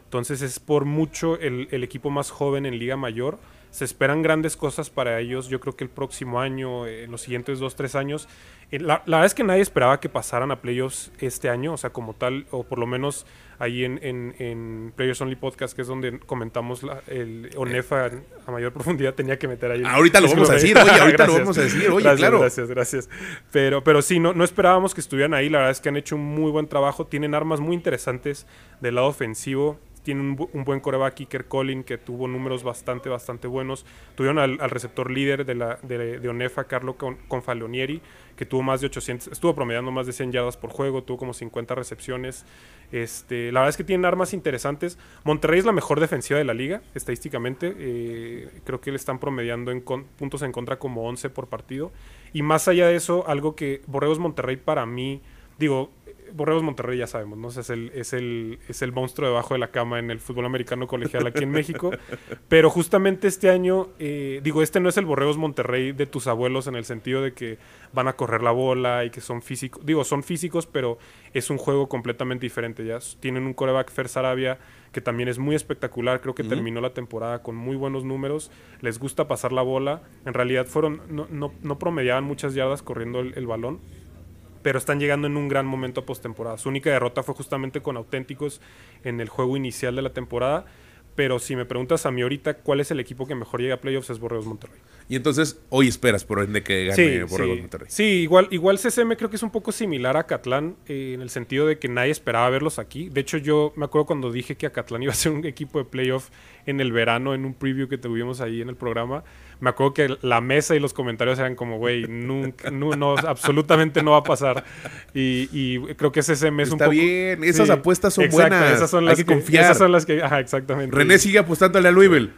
S7: Entonces es por mucho el, el equipo más joven en Liga Mayor. Se esperan grandes cosas para ellos. Yo creo que el próximo año, en eh, los siguientes dos, tres años. Eh, la, la verdad es que nadie esperaba que pasaran a playoffs este año, o sea, como tal, o por lo menos ahí en, en, en Players Only Podcast, que es donde comentamos la, el ONEFA eh. a mayor profundidad, tenía que meter ahí.
S1: Ahorita lo vamos a decir, oye, ahorita lo vamos a decir, oye,
S7: gracias,
S1: claro.
S7: Gracias, gracias. Pero, pero sí, no, no esperábamos que estuvieran ahí. La verdad es que han hecho un muy buen trabajo. Tienen armas muy interesantes del lado ofensivo. Tiene un, bu un buen coreback, Kicker Collin, que tuvo números bastante, bastante buenos. Tuvieron al, al receptor líder de, la, de, de ONEFA, Carlo Confalonieri, que tuvo más de ochocientos, estuvo promediando más de cien yardas por juego, tuvo como cincuenta recepciones. Este, la verdad es que tienen armas interesantes. Monterrey es la mejor defensiva de la liga, estadísticamente. Eh, creo que le están promediando en con, puntos en contra como once por partido. Y más allá de eso, algo que Borregos Monterrey para mí, digo... Borregos Monterrey ya sabemos, ¿no? O sea, es, el, es, el, es el monstruo debajo de la cama en el fútbol americano colegial aquí en México. Pero justamente este año, eh, digo, este no es el Borregos Monterrey de tus abuelos en el sentido de que van a correr la bola y que son físicos. Digo, son físicos, pero es un juego completamente diferente. Ya tienen un quarterback, Fer Sarabia, que también es muy espectacular. Creo que uh-huh. terminó la temporada con muy buenos números. Les gusta pasar la bola. En realidad fueron no, no, no promediaban muchas yardas corriendo el, el balón, pero están llegando en un gran momento a postemporada. Su única derrota fue justamente con Auténticos en el juego inicial de la temporada, pero si me preguntas a mí ahorita cuál es el equipo que mejor llega a playoffs, es Borregos Monterrey.
S1: Y entonces hoy esperas por ende que gane
S7: sí,
S1: Borregos
S7: sí.
S1: Monterrey.
S7: Sí, igual, igual C C M creo que es un poco similar a Acatlán, eh, en el sentido de que nadie esperaba verlos aquí. De hecho, yo me acuerdo cuando dije que Acatlán iba a ser un equipo de playoff en el verano, en un preview que tuvimos ahí en el programa. Me acuerdo que la mesa y los comentarios eran como, güey, nunca, no, no, absolutamente no va a pasar. Y, y creo que C C M es
S1: Está
S7: un poco...
S1: Está bien, esas
S7: sí,
S1: apuestas son
S7: exacto,
S1: buenas.
S7: Esas son
S1: Hay
S7: las
S1: que,
S7: que
S1: confiar.
S7: Esas son las que... Ajá, exactamente.
S1: René sigue apostándole a Louisville.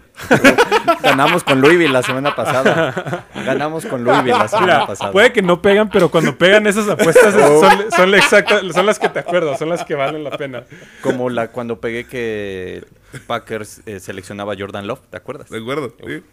S2: Ganamos con Louisville la semana pasada. Ganamos con Louisville la semana
S7: Mira,
S2: pasada.
S7: Puede que no pegan, pero cuando pegan esas apuestas oh. son, son, exacta, son las que te acuerdas, son las que valen la pena.
S2: Como la cuando pegué que Packers eh, seleccionaba a Jordan Love, ¿te acuerdas?
S1: De acuerdo, sí.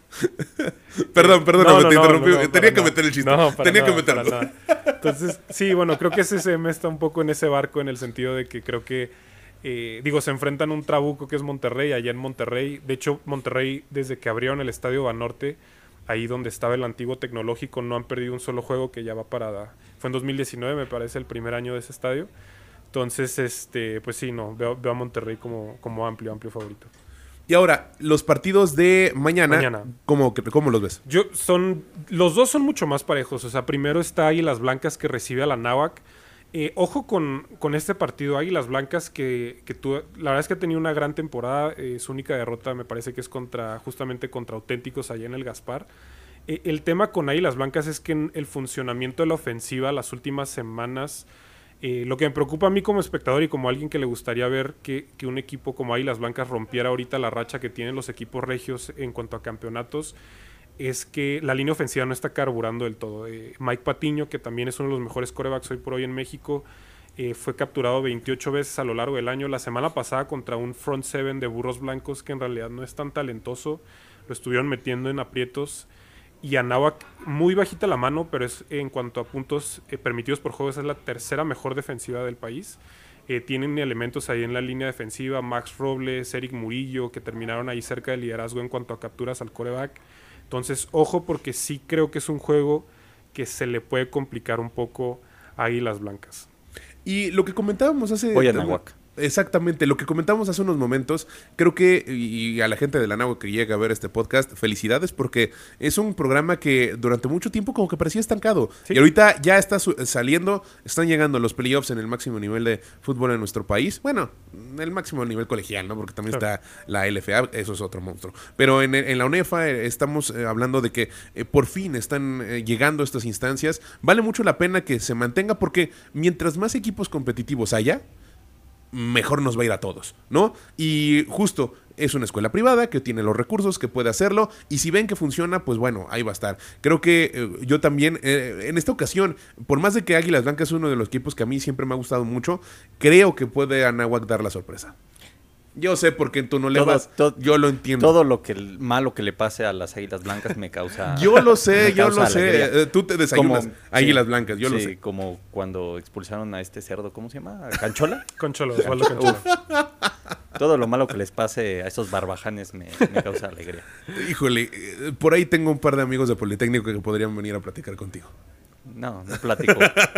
S1: perdón, perdón,
S7: no,
S1: no,
S7: no,
S1: te
S7: no,
S1: interrumpí.
S7: No, no,
S1: Tenía que
S7: nada.
S1: meter el chiste.
S7: No,
S1: Tenía
S7: nada,
S1: que meterlo.
S7: Entonces, sí, bueno, creo que C C M está un poco en ese barco en el sentido de que creo que Eh, digo, se enfrentan a un trabuco que es Monterrey, allá en Monterrey. De hecho, Monterrey, desde que abrieron el Estadio Banorte, ahí donde estaba el antiguo tecnológico, no han perdido un solo juego, que ya va para... Fue en dos mil diecinueve, me parece, el primer año de ese estadio. Entonces, este pues sí, no, veo, veo a Monterrey como, como amplio, amplio favorito.
S1: Y ahora, los partidos de mañana,
S7: mañana.
S1: ¿cómo, ¿cómo los ves?
S7: Yo, son, los dos son mucho más parejos. O sea, primero está Águilas Blancas, que recibe a la Náhuac. Eh, ojo con, con este partido, Águilas Blancas, que, que tú, la verdad es que ha tenido una gran temporada. Eh, su única derrota me parece que es contra justamente contra Auténticos allá en el Gaspar. Eh, el tema con Águilas Blancas es que en el funcionamiento de la ofensiva las últimas semanas, eh, lo que me preocupa a mí como espectador y como alguien que le gustaría ver que, que un equipo como Águilas Blancas rompiera ahorita la racha que tienen los equipos regios en cuanto a campeonatos, es que la línea ofensiva no está carburando del todo. Eh, Mike Patiño, que también es uno de los mejores quarterbacks hoy por hoy en México, eh, fue capturado veintiocho veces a lo largo del año. La semana pasada contra un front seven de Burros Blancos que en realidad no es tan talentoso, lo estuvieron metiendo en aprietos. Y Anáhuac, muy bajita la mano, pero es en cuanto a puntos eh, permitidos por juego, es la tercera mejor defensiva del país. Eh, tienen elementos ahí en la línea defensiva, Max Robles, Eric Murillo, que terminaron ahí cerca del liderazgo en cuanto a capturas al quarterback. Entonces, ojo, porque sí creo que es un juego que se le puede complicar un poco a Águilas Blancas.
S1: Y lo que comentábamos hace...
S2: Voy a Nahuac.
S1: Exactamente, lo que comentábamos hace unos momentos, creo que, y a la gente de la Náhuac que llega a ver este podcast, felicidades, porque es un programa que durante mucho tiempo como que parecía estancado, ¿sí? Y ahorita ya está saliendo, están llegando los playoffs en el máximo nivel de fútbol en nuestro país, bueno, el máximo nivel colegial, ¿no? Porque también claro. está la L F A, eso es otro monstruo, pero en, en la UNEFA estamos eh, hablando de que eh, por fin están eh, llegando estas instancias, vale mucho la pena que se mantenga, porque mientras más equipos competitivos haya, mejor nos va a ir a todos, ¿no? Y justo es una escuela privada que tiene los recursos, que puede hacerlo, y si ven que funciona, pues bueno, ahí va a estar. Creo que eh, yo también, eh, en esta ocasión, por más de que Águilas Blancas es uno de los equipos que a mí siempre me ha gustado mucho, creo que puede Anáhuac dar la sorpresa. Yo sé por qué tú no le
S2: Todo-
S1: vas.
S2: todo-
S1: Yo lo entiendo.
S2: Todo lo que malo que le pase a las Águilas Blancas me causa.
S1: Yo lo sé,
S2: me
S1: yo
S2: causa
S1: lo sé.
S2: alegría.
S1: Eh, Tú te desayunas
S2: Como-
S1: águilas
S2: sí,
S1: blancas, yo lo
S2: sí,
S1: sé.
S2: como cuando expulsaron a este cerdo, ¿cómo se llama? ¿A Canchola?
S7: Concholo, Osvaldo Concholo.
S2: Todo lo malo que les pase a esos barbajanes me, me causa alegría.
S1: Híjole, eh, por ahí tengo un par de amigos de Politécnico que podrían venir a platicar contigo.
S2: No, no platico.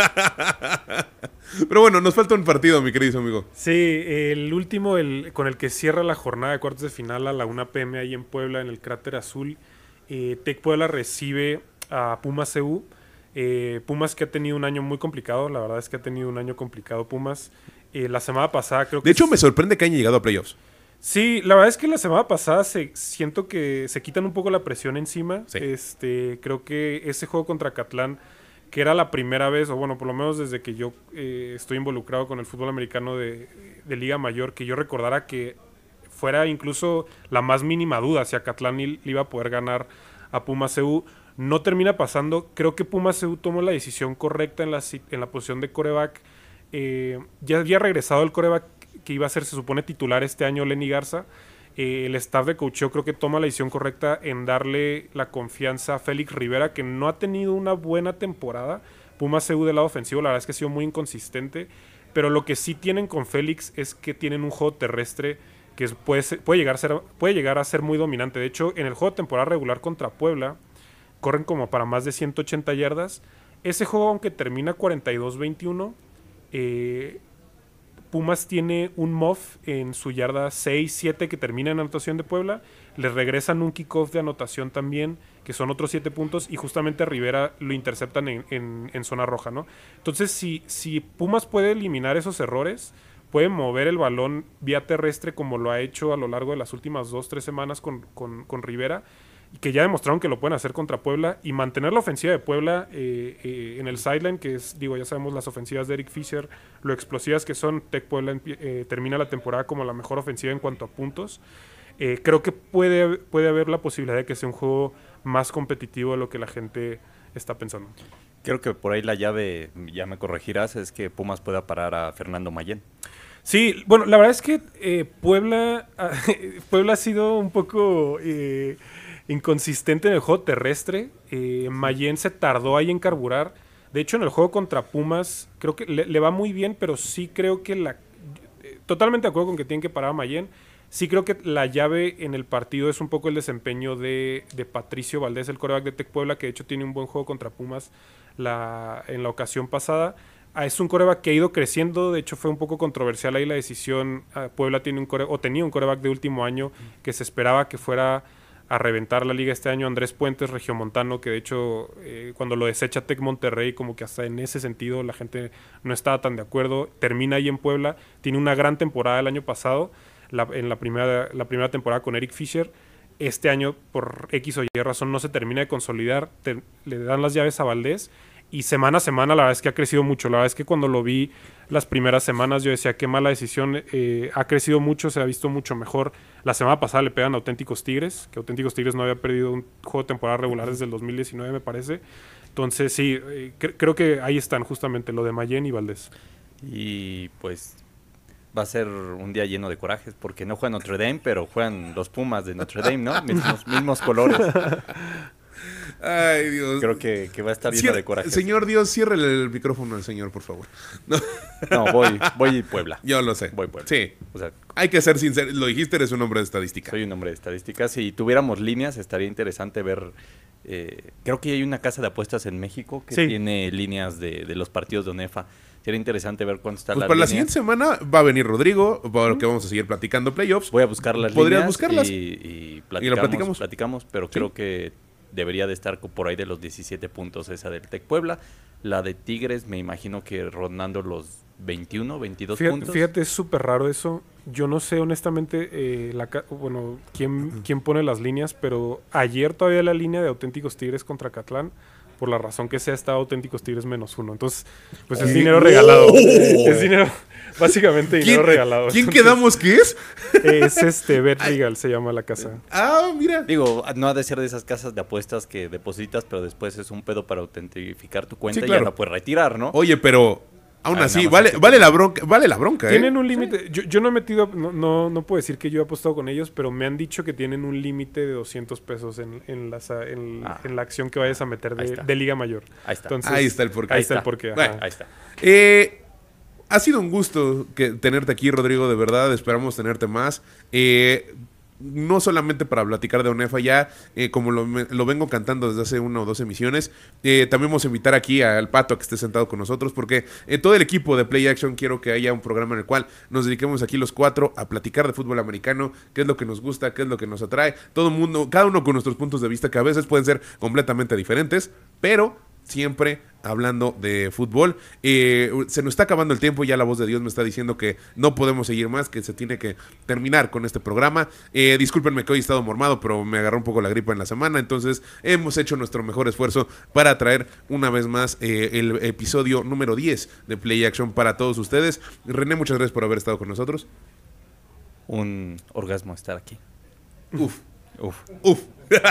S1: Pero bueno, nos falta un partido, mi querido amigo.
S7: Sí, el último el, con el que cierra la jornada de cuartos de final a la una pe eme ahí en Puebla, en el Cráter Azul. Eh, Tec Puebla recibe a Pumas C U. Eh, Pumas que ha tenido un año muy complicado, la verdad es que ha tenido un año complicado Pumas. Eh, la semana pasada creo que...
S1: De hecho,
S7: es-
S1: me sorprende que hayan llegado a playoffs.
S7: Sí, la verdad es que la semana pasada se, siento que se quitan un poco la presión encima.
S1: Sí.
S7: Este, creo que ese juego contra Catlán, que era la primera vez, o bueno, por lo menos desde que yo eh, estoy involucrado con el fútbol americano de, de Liga Mayor, que yo recordara que fuera incluso la más mínima duda si a Catlán le iba a poder ganar a Pumas C U. No termina pasando. Creo que Pumas C U tomó la decisión correcta en la, si- en la posición de coreback. Eh, ya había regresado el coreback que iba a ser, se supone, titular este año, Lenny Garza. Eh, el staff de coacheo creo que toma la decisión correcta en darle la confianza a Félix Rivera, que no ha tenido una buena temporada. Pumas C U del lado ofensivo, la verdad es que ha sido muy inconsistente. Pero lo que sí tienen con Félix es que tienen un juego terrestre que es- puede, ser- puede, llegar a ser, puede llegar a ser muy dominante. De hecho, en el juego de temporada regular contra Puebla, corren como para más de ciento ochenta yardas. Ese juego, aunque termina cuarenta y dos veintiuno, eh, Pumas tiene un muff en su yarda seis siete que termina en anotación de Puebla. Les regresan un kickoff de anotación también, que son otros siete puntos, y justamente a Rivera lo interceptan en, en- en zona roja, ¿no? Entonces, si, si Pumas puede eliminar esos errores, puede mover el balón vía terrestre como lo ha hecho a lo largo de las últimas dos, tres semanas con, con, con Rivera, y que ya demostraron que lo pueden hacer contra Puebla, y mantener la ofensiva de Puebla eh, eh, en el sideline, que es, digo, ya sabemos las ofensivas de Eric Fisher, lo explosivas que son. Tec Puebla empie- eh, termina la temporada como la mejor ofensiva en cuanto a puntos. Eh, creo que puede, puede haber la posibilidad de que sea un juego más competitivo de lo que la gente está pensando.
S2: Creo que por ahí la llave, ya me corregirás, es que Pumas pueda parar a Fernando Mayén.
S7: Sí, bueno, la verdad es que eh, Puebla, Puebla ha sido un poco eh, inconsistente en el juego terrestre. Eh, Mayén se tardó ahí en carburar. De hecho, en el juego contra Pumas, creo que le, le va muy bien, pero sí creo que la... eh, Totalmente de acuerdo con que tienen que parar a Mayén. Sí creo que la llave en el partido es un poco el desempeño de, de Patricio Valdés, el quarterback de Tec Puebla, que de hecho tiene un buen juego contra Pumas la, en la ocasión pasada. Ah, es un quarterback que ha ido creciendo. De hecho, fue un poco controversial ahí la decisión. Ah, Puebla tiene un core- o tenía un quarterback de último año que se esperaba que fuera a reventar la liga este año, Andrés Puentes, regiomontano, que de hecho eh, cuando lo desecha Tec Monterrey, como que hasta en ese sentido la gente no estaba tan de acuerdo. Termina ahí en Puebla, tiene una gran temporada el año pasado, la, en la primera, la primera temporada con Eric Fisher. Este año, por X o Y razón, no se termina de consolidar, te- le dan las llaves a Valdés, y semana a semana la verdad es que ha crecido mucho. La verdad es que cuando lo vi las primeras semanas yo decía, qué mala decisión. Eh, ha crecido mucho, se ha visto mucho mejor. La semana pasada le pegan a Auténticos Tigres, que Auténticos Tigres no había perdido un juego de temporada regular desde el dos mil diecinueve, me parece. Entonces sí, eh, cre- creo que ahí están justamente lo de Mayén y Valdés.
S2: Y pues va a ser un día lleno de corajes, porque no juegan Notre Dame, pero juegan los Pumas de Notre Dame, ¿no? Mismos, mismos colores.
S1: Ay, Dios.
S2: Creo que, que va a estar lleno
S1: Cierre-
S2: de corajes.
S1: Señor Dios, cierre el micrófono al señor, por favor. No,
S2: No, voy, voy Puebla.
S1: yo lo sé.
S2: Voy Puebla.
S1: Sí.
S2: O sea,
S1: Hay que ser sincero. Lo dijiste, eres un hombre de estadística.
S2: soy un hombre de estadísticas. Si tuviéramos líneas, estaría interesante ver. eh, creo que hay una casa de apuestas en México que
S7: Sí.
S2: tiene líneas de, de los partidos de ONEFA. Sería interesante ver cuánto está
S1: Pues
S2: la
S1: para la
S2: línea.
S1: siguiente semana va a venir Rodrigo, por lo que vamos a seguir platicando playoffs.
S2: Voy a buscar las
S1: ¿Podrías
S2: líneas
S1: buscarlas?
S2: y, y platicamos,
S1: ¿Y lo platicamos?
S2: platicamos, pero
S1: Sí.
S2: creo que debería de estar co- por ahí de los diecisiete puntos esa del Tec Puebla. La de Tigres me imagino que rondando los veintiuno, veintidós
S7: Fíjate,
S2: puntos.
S7: fíjate, es súper raro eso. Yo no sé honestamente eh, la, ca- bueno, quién, quién pone las líneas, pero ayer todavía la línea de Auténticos Tigres contra Catlán, por la razón que sea, está Auténticos Tigres menos uno. Entonces, pues es dinero regalado. Es dinero, básicamente dinero regalado.
S1: ¿Quién
S7: Entonces,
S1: quedamos que es?
S7: Es este, Bet Regal se llama la casa.
S1: Ah, mira.
S2: Digo, no ha de ser de esas casas de apuestas que depositas, pero después es un pedo para autentificar tu cuenta
S1: Sí,
S2: y
S1: claro.
S2: ya no puedes retirar, ¿no?
S1: Oye, pero Aún
S2: Ah,
S1: así,
S2: nada más
S1: vale,
S2: así.
S1: vale la bronca, vale la bronca, ¿eh?
S7: Tienen un límite. Yo, yo no he metido, no, no, no puedo decir que yo he apostado con ellos, pero me han dicho que tienen un límite de doscientos pesos en, en, la, sa- en,
S2: Ah.
S7: en la acción que vayas a meter
S2: Ahí
S7: de,
S2: está.
S7: de Liga Mayor.
S2: Ahí está.
S7: Entonces,
S1: Ahí está el porqué.
S7: Ahí
S2: Ahí
S7: está el
S2: está.
S7: porqué.
S1: Bueno.
S7: ajá.
S2: Ahí está.
S1: Eh, ha sido un gusto que, tenerte aquí, Rodrigo, de verdad. Esperamos tenerte más. Eh, no solamente para platicar de ONEFA ya, eh, como lo, me- lo vengo cantando desde hace una o dos emisiones, eh, también vamos a invitar aquí al Pato a que esté sentado con nosotros, porque eh, todo el equipo de Play Action quiero que haya un programa en el cual nos dediquemos aquí los cuatro a platicar de fútbol americano, qué es lo que nos gusta, qué es lo que nos atrae, todo el mundo, cada uno con nuestros puntos de vista que a veces pueden ser completamente diferentes, pero siempre hablando de fútbol. Eh, se nos está acabando el tiempo, ya la voz de Dios me está diciendo que no podemos seguir más, que se tiene que terminar con este programa. Eh, discúlpenme que hoy he estado mormado, pero me agarró un poco la gripa en la semana, entonces hemos hecho nuestro mejor esfuerzo para traer una vez más eh, el episodio número diez de Play Action para todos ustedes. René, muchas gracias por haber estado con nosotros.
S2: Un orgasmo estar aquí.
S1: Uf,
S2: Uf.
S1: uf.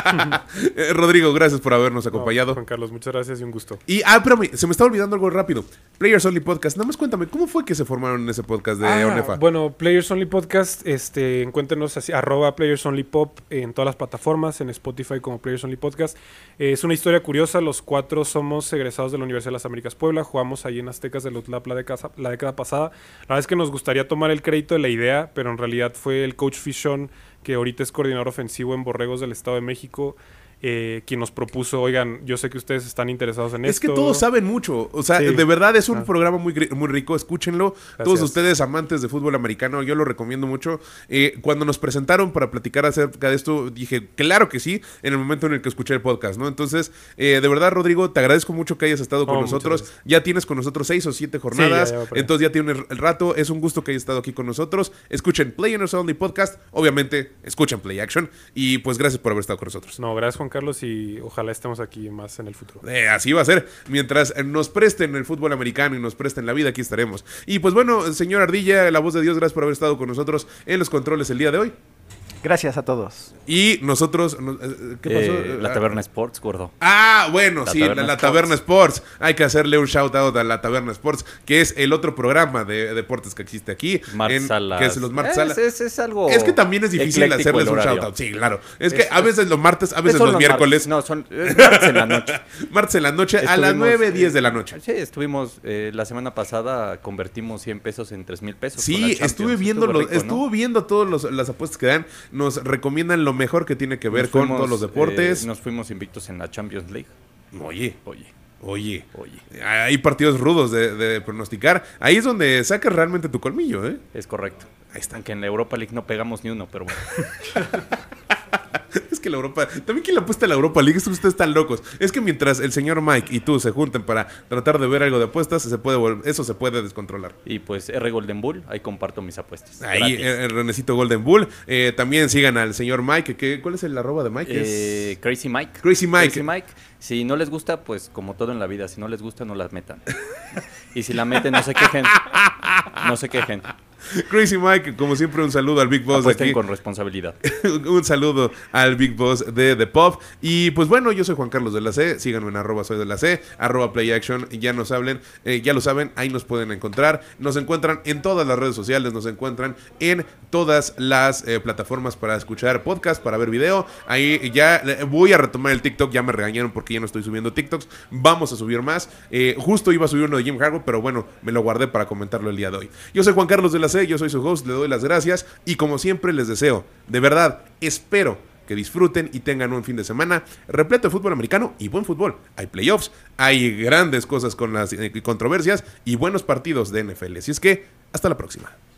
S1: Eh, Rodrigo, gracias por habernos
S7: No,
S1: acompañado.
S7: Juan Carlos, muchas gracias y un gusto.
S1: Y, ah, espérame, se me está olvidando algo rápido. Players Only Podcast, nada más cuéntame, ¿cómo fue que se formaron en ese podcast de
S7: Ah,
S1: ONEFA?
S7: Bueno, Players Only Podcast, este, encuéntrenos así, arroba Players Only Pop en todas las plataformas, en Spotify como Players Only Podcast. Eh, es una historia curiosa, los cuatro somos egresados de la Universidad de las Américas Puebla, jugamos ahí en Aztecas de Lutlap la década, la década pasada. La verdad es que nos gustaría tomar el crédito de la idea, pero en realidad fue el coach Fishon, que ahorita es coordinador ofensivo en Borregos del Estado de México, eh, quien nos propuso, oigan, yo sé que ustedes están interesados en
S1: Es
S7: esto.
S1: que todos saben mucho, o sea,
S7: Sí.
S1: de verdad es un
S7: Ah.
S1: programa muy, gri- muy rico, escúchenlo.
S7: Gracias.
S1: Todos ustedes amantes de fútbol americano, yo lo recomiendo mucho. Eh, cuando nos presentaron para platicar acerca de esto, dije, claro que sí, en el momento en el que escuché el podcast, ¿no? Entonces, eh, de verdad, Rodrigo, te agradezco mucho que hayas estado con
S7: Oh, muchas
S1: nosotros.
S7: gracias.
S1: Ya tienes con nosotros seis o siete jornadas,
S7: ya llevo por ahí.
S1: entonces ya tienes el rato. Es un gusto que hayas estado aquí con nosotros. Escuchen Players Only Podcast, obviamente, escuchen Play Action. Y pues gracias por haber estado con nosotros.
S7: No, gracias Juan Carlos y ojalá estemos aquí más en el futuro.
S1: Eh, así va a ser. Mientras eh, nos presten el fútbol americano y nos presten la vida, aquí estaremos. Y pues bueno, señor Ardilla, la voz de Dios, gracias por haber estado con nosotros en los controles el día de hoy.
S8: Gracias a todos.
S1: Y nosotros... nos- eh, ¿Qué pasó?
S2: Eh, la
S1: Ah,
S2: Taberna Sports, gordo.
S1: Ah, bueno,
S2: La
S1: sí,
S2: Taberna
S1: la, la
S2: Sports.
S1: Taberna Sports. Hay que hacerle un shout out a la Taberna Sports, que es el otro programa de deportes que existe aquí.
S2: Martes
S1: en-
S2: a las-
S1: Que es los martes a
S2: es,
S1: la-
S2: es, es algo
S1: Es que también es difícil
S2: ecléctico
S1: hacerles
S2: el
S1: un
S2: horario.
S1: shout out. Sí, claro. Es que
S2: Es-
S1: a veces los martes, a
S2: Son
S1: veces los,
S2: martes.
S1: miércoles.
S2: No, son es martes en la noche.
S1: Martes en la noche a las
S2: Estuvimos,
S1: nueve, diez
S2: eh,
S1: de la noche.
S2: Sí, estuvimos eh, la semana pasada convertimos cien pesos en tres mil pesos. con la
S1: Sí,
S2: Champions.
S1: estuve viendo
S2: Estuvo
S1: los,
S2: rico, ¿no?
S1: estuvo viendo todas las apuestas que dan. Nos recomiendan lo mejor que tiene que ver
S2: Nos
S1: con
S2: fuimos,
S1: todos los deportes.
S2: eh, nos fuimos invictos en la Champions League.
S1: Oye,
S2: Oye,
S1: oye.
S2: oye,
S1: Hay partidos rudos de, de pronosticar. Ahí es donde sacas realmente tu colmillo, ¿eh?
S2: es correcto.
S1: Ahí está.
S2: Aunque en la Europa League no pegamos ni uno, pero bueno.
S1: Es que la Europa... También quien le apuesta a la Europa League, ustedes están locos. Es que mientras el señor Mike y tú se junten para tratar de ver algo de apuestas, se puede vol- eso se puede descontrolar.
S2: Y pues R Golden Bull, ahí comparto mis apuestas.
S1: Ahí,
S2: gratis.
S1: el, el Renecito Golden Bull. Eh, también sigan al señor Mike. Que, ¿Cuál es el arroba de Mike?
S2: Eh,
S1: Es-
S2: Crazy Mike.
S1: Crazy Mike.
S2: Crazy Mike. Si no les gusta, pues como todo en la vida, si no les gusta, no las metan. Y si la meten, no se quejen. No se quejen.
S1: Crazy Mike, como siempre, un saludo al Big Boss de
S2: Apuesten
S1: aquí.
S2: con responsabilidad.
S1: Un saludo al Big Boss de The Pop. Y pues bueno, yo soy Juan Carlos de la C. Síganme en arroba soy de la C, arroba Play Action. Ya nos hablen, eh, ya lo saben, ahí nos pueden encontrar. Nos encuentran en todas las redes sociales, nos encuentran en todas las eh, plataformas para escuchar podcast, para ver video. Ahí ya eh, voy a retomar el TikTok, ya me regañaron porque ya no estoy subiendo TikToks. Vamos a subir más. Eh, justo iba a subir uno de Jim Harbaugh, pero bueno, me lo guardé para comentarlo el día de hoy. Yo soy Juan Carlos de la C, yo soy su host, le doy las gracias y como siempre les deseo, de verdad, espero que disfruten y tengan un fin de semana repleto de fútbol americano y buen fútbol. Hay playoffs, hay grandes cosas con las eh, controversias y buenos partidos de N F L. Así es que, hasta la próxima.